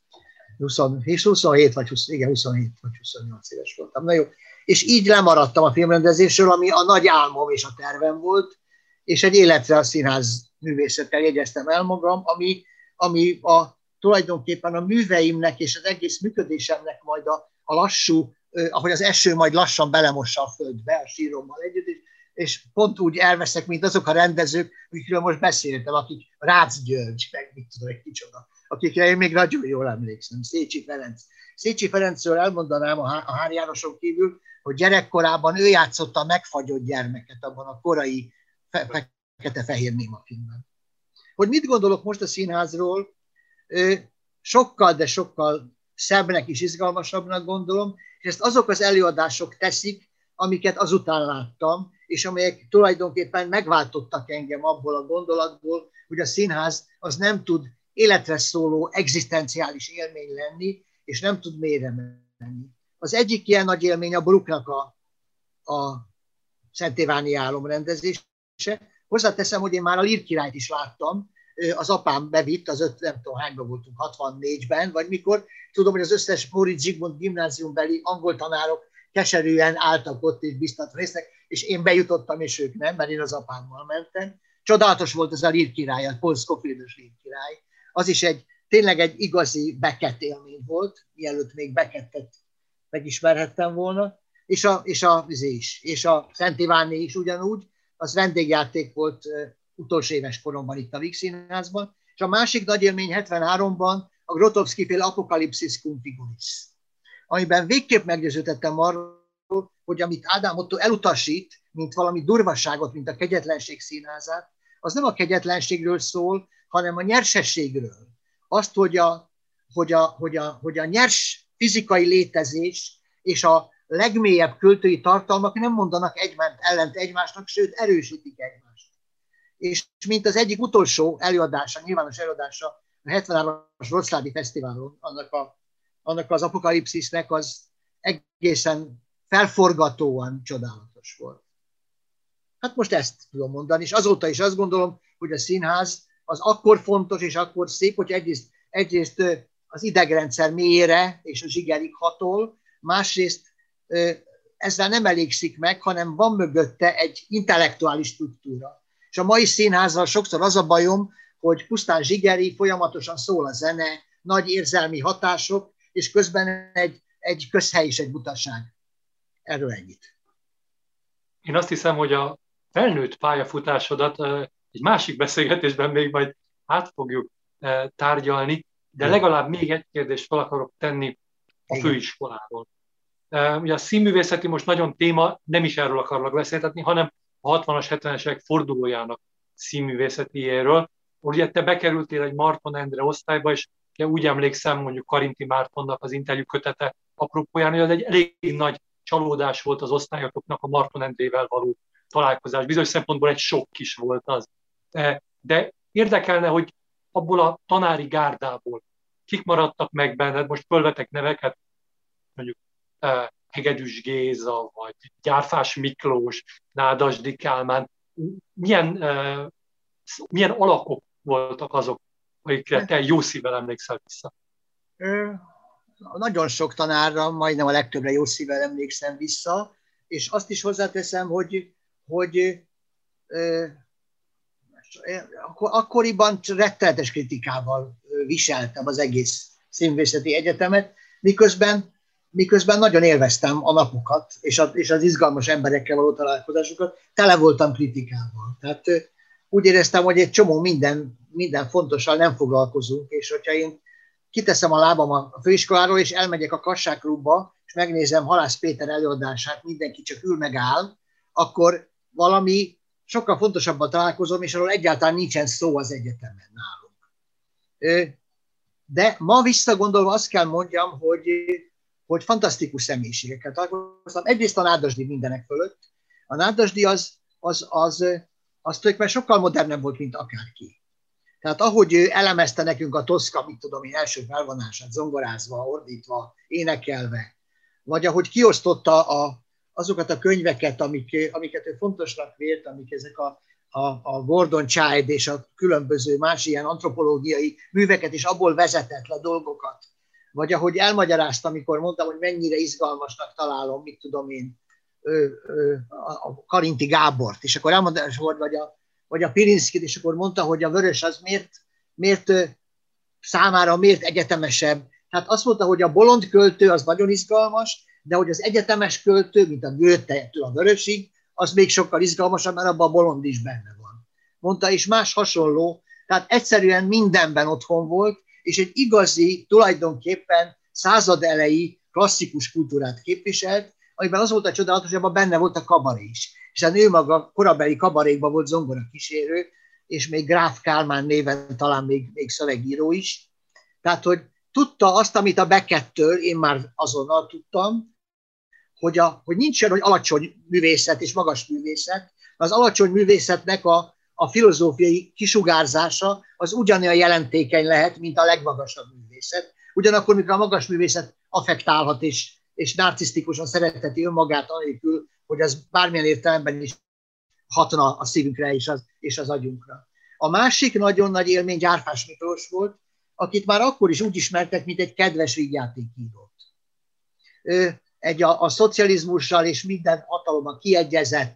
Speaker 2: 27 vagy 28 éves voltam. Na jó. És így lemaradtam a filmrendezésről, ami a nagy álmom és a tervem volt, és egy életre a színház művészettel jegyeztem el magam, ami tulajdonképpen a műveimnek és az egész működésemnek majd a lassú, ahogy az eső majd lassan belemossa a földbe, a sírommal együtt, és pont úgy elveszek, mint azok a rendezők, akikről most beszéltem, akik Rácz György, meg mit tudom, egy kicsoda, akikre én még nagyon jól emlékszem, Szécsi Ferenc. Szécsi Ferencről elmondanám a Hár Jánoson kívül, hogy gyerekkorában ő játszotta a megfagyott gyermeket abban a korai fekete-fehér némafilmben. Hogy mit gondolok most a színházról, sokkal, de sokkal szebbnek és izgalmasabbnak gondolom, és ezt azok az előadások teszik, amiket azután láttam, és amelyek tulajdonképpen megváltottak engem abból a gondolatból, hogy a színház az nem tud életre szóló, egzisztenciális élmény lenni, és nem tud mélyre menni. Az egyik ilyen nagy élmény a Brucknak a Szent Iváni álom rendezése. Hozzáteszem, hogy én már a Lír királyt is láttam, az apám bevitt, nem tudom hányban voltunk, 64-ben, vagy mikor. Tudom, hogy az összes Móricz Zsigmond gimnáziumbeli angol tanárok keserűen álltak ott és biztatva résznek, és én bejutottam, és ők nem, mert én az apámmal mentem. Csodálatos volt ez a Lír király, a Paul Scofield-ös Lír király. Az is tényleg egy igazi Beckett élmény volt, mielőtt még Beckettet megismerhettem volna, és a Szent Iváni is ugyanúgy, az vendégjáték volt utolsó éves koromban itt a Víg Színházban, és a másik nagy élmény 73-ban a Grotowski-féle Apocalypsis cum figuris, amiben végképp meggyőződtem arról, hogy amit Ádám Ottó elutasít, mint valami durvaságot, mint a Kegyetlenség Színházát, az nem a kegyetlenségről szól, hanem a nyersességről. Azt, hogy a nyers fizikai létezés és a legmélyebb költői tartalmak nem mondanak ellent egymásnak, sőt erősítik egymást. És mint az egyik utolsó előadása, nyilvános előadása a 73-as Wroclawi Fesztiválon, annak az Apokalipszisnek az egészen felforgatóan csodálatos volt. Hát most ezt tudom mondani, és azóta is azt gondolom, hogy a színház az akkor fontos és akkor szép, hogy egyrészt az idegrendszer mélyére és a zsigerig hatol, másrészt ezzel nem elégszik meg, hanem van mögötte egy intellektuális struktúra. És a mai színházzal sokszor az a bajom, hogy pusztán zsigeri, folyamatosan szól a zene, nagy érzelmi hatások, és közben egy közhely és egy butaság. Erről ennyit.
Speaker 1: Én azt hiszem, hogy a felnőtt pályafutásodat egy másik beszélgetésben még majd át fogjuk tárgyalni, de legalább még egy kérdést fel akarok tenni a főiskoláról. Ugye a színművészeti most nagyon téma, nem is erről akarlak beszéltetni, hanem a 60-as, 70-es fordulójának színművészetiéről. Ugye te bekerültél egy Marton Endre osztályba, és úgy emlékszem, mondjuk Karinti Mártonnak az interjú kötete apropóján, hogy az egy elég nagy csalódás volt az osztályoknak a Marton Endrével való találkozás. Bizonyos szempontból egy sokk is volt az. De érdekelne, hogy abból a tanári gárdából kik maradtak meg benned, most fölvetek neveket, mondjuk Hegedűs Géza, vagy Gyárfás Miklós, Nádasdy Kálmán. Milyen alakok voltak azok, akikre te jó szívvel emlékszel vissza?
Speaker 2: Nagyon sok tanárra, majdnem a legtöbbre jó szívvel emlékszem vissza, és azt is hozzáteszem, hogy akkoriban rettenetes kritikával viseltem az egész színművészeti egyetemet, miközben nagyon élveztem a napokat, és az izgalmas emberekkel való találkozásokat, tele voltam kritikával. Tehát úgy éreztem, hogy egy csomó minden fontossal nem foglalkozunk, és hogyha én kiteszem a lábam a főiskoláról, és elmegyek a Kassák Klubba, és megnézem Halász Péter előadását, mindenki csak ül meg áll, akkor valami sokkal fontosabban találkozom, és arról egyáltalán nincsen szó az egyetemen nálunk. De ma visszagondolva azt kell mondjam, hogy fantasztikus személyiségekkel találkoztam. Egyrészt a Nádasdy mindenek fölött. A Nádasdy az tulajdonképpen sokkal modernebb volt, mint akárki. Tehát ahogy ő elemezte nekünk a Toszka, mit tudom én, első felvonását, zongorázva, ordítva, énekelve, vagy ahogy kiosztotta azokat a könyveket, amiket ő fontosnak vélt, amik ezek a Gordon Child és a különböző más ilyen antropológiai műveket, és abból vezetett le dolgokat. Vagy ahogy elmagyarázta, amikor mondtam, hogy mennyire izgalmasnak találom, mit tudom én, a Karinti Gábort, és akkor elmondás volt, vagy a Pirinszkit, és akkor mondta, hogy a Vörös az számára miért egyetemesebb. Tehát azt mondta, hogy a bolond költő az nagyon izgalmas, de hogy az egyetemes költő, mint a Goethe-től a Vörösig, az még sokkal izgalmasabb, mert abban a bolond is benne van. Mondta, és más hasonló, tehát egyszerűen mindenben otthon volt, és egy igazi, tulajdonképpen századelejé klasszikus kultúrát képviselt, amiben az volt a csodálatos, hogy abban benne volt a kabaré is. Hiszen ő maga korabeli kabarékban volt zongora kísérő, és még Gráf Kálmán néven talán még szövegíró is. Tehát, hogy tudta azt, amit a Beckettől én már azonnal tudtam, hogy nincs olyan, hogy alacsony művészet és magas művészet. Az alacsony művészetnek a filozófiai kisugárzása az ugyanolyan jelentékeny lehet, mint a legmagasabb művészet. Ugyanakkor, mikor a magas művészet affektálhat és narcisztikusan szeretheti önmagát anélkül, hogy az bármilyen értelemben is hatna a szívünkre és az agyunkra. A másik nagyon nagy élmény Gyárfás Miklós volt, akit már akkor is úgy ismertek, mint egy kedves vígjátékírót. A szocializmussal és minden hatalommal kiegyezett,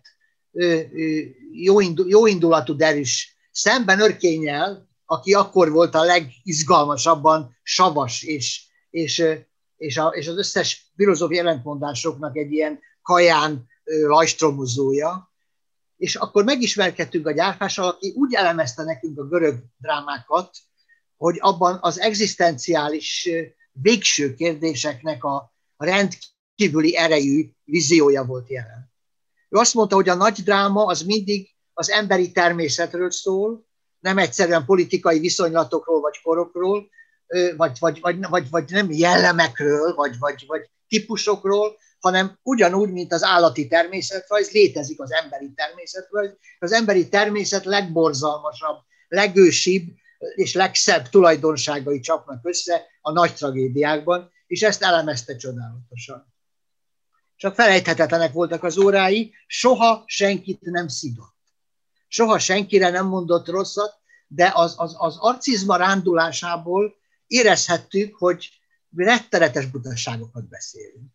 Speaker 2: jóindulatú derűs, szemben Örkénnyel, aki akkor volt a legizgalmasabban savas, és az összes filozófiai ellentmondásoknak egy ilyen kaján lajstromozója. És akkor megismerkedtünk a Gyárfással, aki úgy elemezte nekünk a görög drámákat, hogy abban az egzisztenciális végső kérdéseknek a rendkívüli erejű víziója volt jelen. Ő azt mondta, hogy a nagy dráma az mindig az emberi természetről szól, nem egyszerűen politikai viszonylatokról, vagy korokról, vagy nem jellemekről, vagy típusokról, hanem ugyanúgy, mint az állati természetrajz, létezik az emberi természetrajz. Az emberi természet legborzalmasabb, legősibb és legszebb tulajdonságai csapnak össze a nagy tragédiákban, és ezt elemezte csodálatosan. Csak felejthetetlenek voltak az órái, soha senkit nem szidott. Soha senkire nem mondott rosszat, de az arcizma rándulásából érezhettük, hogy rettenetes butasságokat beszélünk.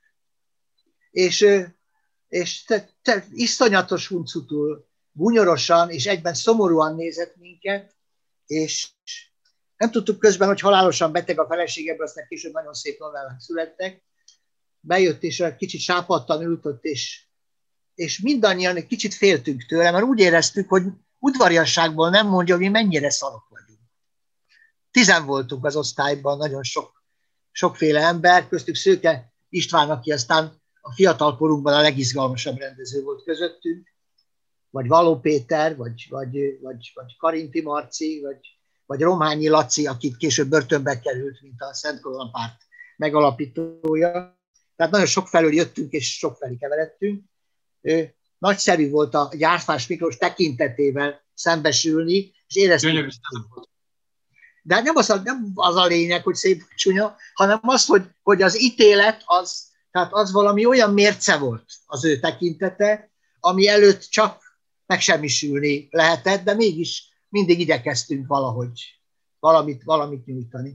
Speaker 2: És iszonyatos huncutul, gúnyorosan és egyben szomorúan nézett minket, és nem tudtuk közben, hogy halálosan beteg a feleségeből, aztán később nagyon szép novellák születtek. Bejött, és kicsit sápadtan ültött, és mindannyian egy kicsit féltünk tőle, mert úgy éreztük, hogy udvariasságból nem mondja, hogy mi mennyire szarok vagyunk. 10 voltunk az osztályban, nagyon sokféle ember, köztük Szőke István, aki aztán a fiatal korunkban a legizgalmasabb rendező volt közöttünk, vagy Való Péter, vagy Karinti Marci, vagy Romhányi Laci, akit később börtönbe került, mint a Szent Korona Párt megalapítója. Tehát nagyon sokfelől jöttünk, és sokfelé keveredtünk. Nagyszerű volt a Gyárfás Miklós tekintetével szembesülni, és éreztük. De nem az a lényeg, hogy szép csúnya, hanem az, hogy az ítélet, tehát az valami olyan mérce volt az ő tekintete, ami előtt csak megsemmisülni lehetett, de mégis mindig igyekeztünk valahogy valamit nyújtani.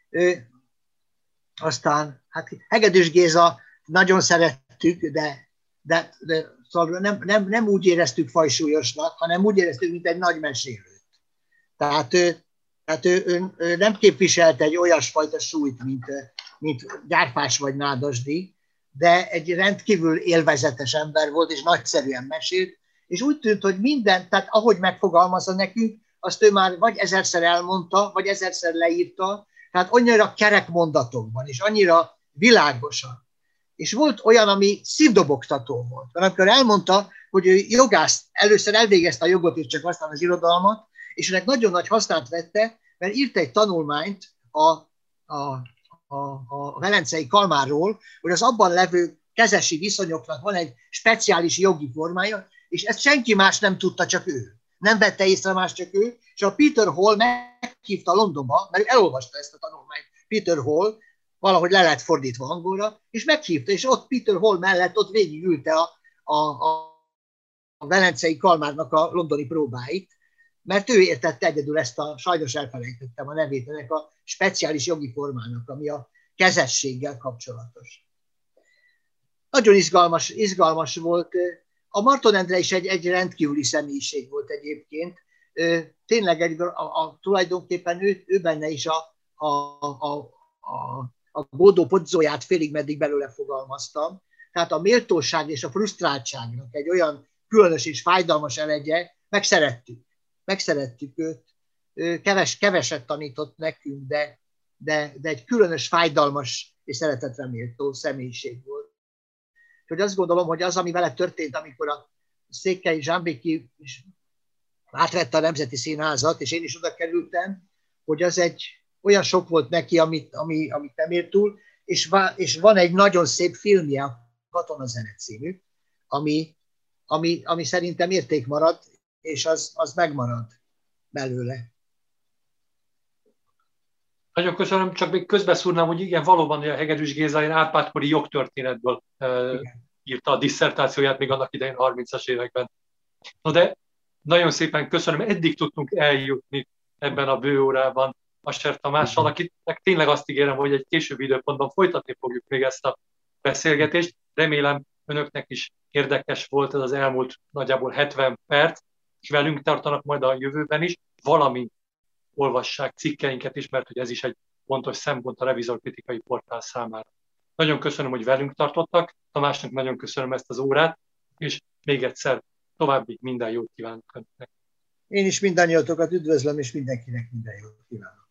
Speaker 2: Aztán hát Hegedűs Géza nagyon szerettük, de szóval nem úgy éreztük fajsúlyosnak, hanem úgy éreztük, mint egy nagy mesélőt. Tehát ő nem képviselte egy olyasfajta súlyt, mint Gyárfás vagy Nádasdy, de egy rendkívül élvezetes ember volt, és nagyszerűen mesélt, és úgy tűnt, hogy minden, tehát ahogy megfogalmazza nekünk, azt ő már vagy 1000-szer elmondta, vagy 1000-szer leírta, tehát annyira kerek mondatokban, és annyira világosan. És volt olyan, ami szívdobogtató volt. Mert amikor elmondta, hogy ő jogász, először elvégezte a jogot, és csak aztán az irodalmat, és ennek nagyon nagy hasznát vette, mert írt egy tanulmányt a velencei Kalmárról, hogy az abban levő kezesi viszonyoknak van egy speciális jogi formája, és ezt senki más nem tudta, csak ő. Nem vette észre más, csak ő, és a Peter Hall meghívta Londonba, mert elolvasta ezt a tanulmányt. Peter Hall, valahogy le lett fordítva angolra, és meghívta, és ott Peter Hall mellett ott végigülte a velencei Kalmárnak a londoni próbáit, mert ő értette egyedül ezt sajnos elfelejtettem a nevét, ennek a speciális jogi formának, ami a kezességgel kapcsolatos. Nagyon izgalmas volt. A Marton Endre is egy rendkívüli személyiség volt egyébként. Tényleg tulajdonképpen ő benne is a Bódó Podzóját félig meddig belőle fogalmaztam. Tehát a méltóság és a frusztráltságnak egy olyan különös és fájdalmas elegye, megszerettük őt. Keveset tanított nekünk, de egy különös, fájdalmas és szeretetre méltó személyiség volt. Úgyhogy azt gondolom, hogy az, ami vele történt, amikor a Székely Zsámbéki átvette a Nemzeti Színházat, és én is oda kerültem, hogy az egy olyan sok volt neki, amit nem ért túl, és van egy nagyon szép filmje, a Katonazene című, ami szerintem értékmarad, és az megmarad belőle.
Speaker 1: Nagyon köszönöm, csak még közbeszúrnám, hogy igen, valóban a Hegedűs Géza ilyen árpádkori jogtörténetből írta a disszertációját még annak idején 30-as években. Na de nagyon szépen köszönöm, eddig tudtunk eljutni ebben a bőórában Ascher Tamással, akinek tényleg azt ígérem, hogy egy későbbi időpontban folytatni fogjuk még ezt a beszélgetést. Remélem önöknek is érdekes volt ez az elmúlt nagyjából 70 perc, és velünk tartanak majd a jövőben is, valamint olvassák cikkeinket is, mert hogy ez is egy fontos szempont a Revizor kritikai portál számára. Nagyon köszönöm, hogy velünk tartottak, Tamásnak nagyon köszönöm ezt az órát, és még egyszer további minden jót kívánok önöknek.
Speaker 2: Én is mindannyiatokat üdvözlöm, és mindenkinek minden jót kívánok.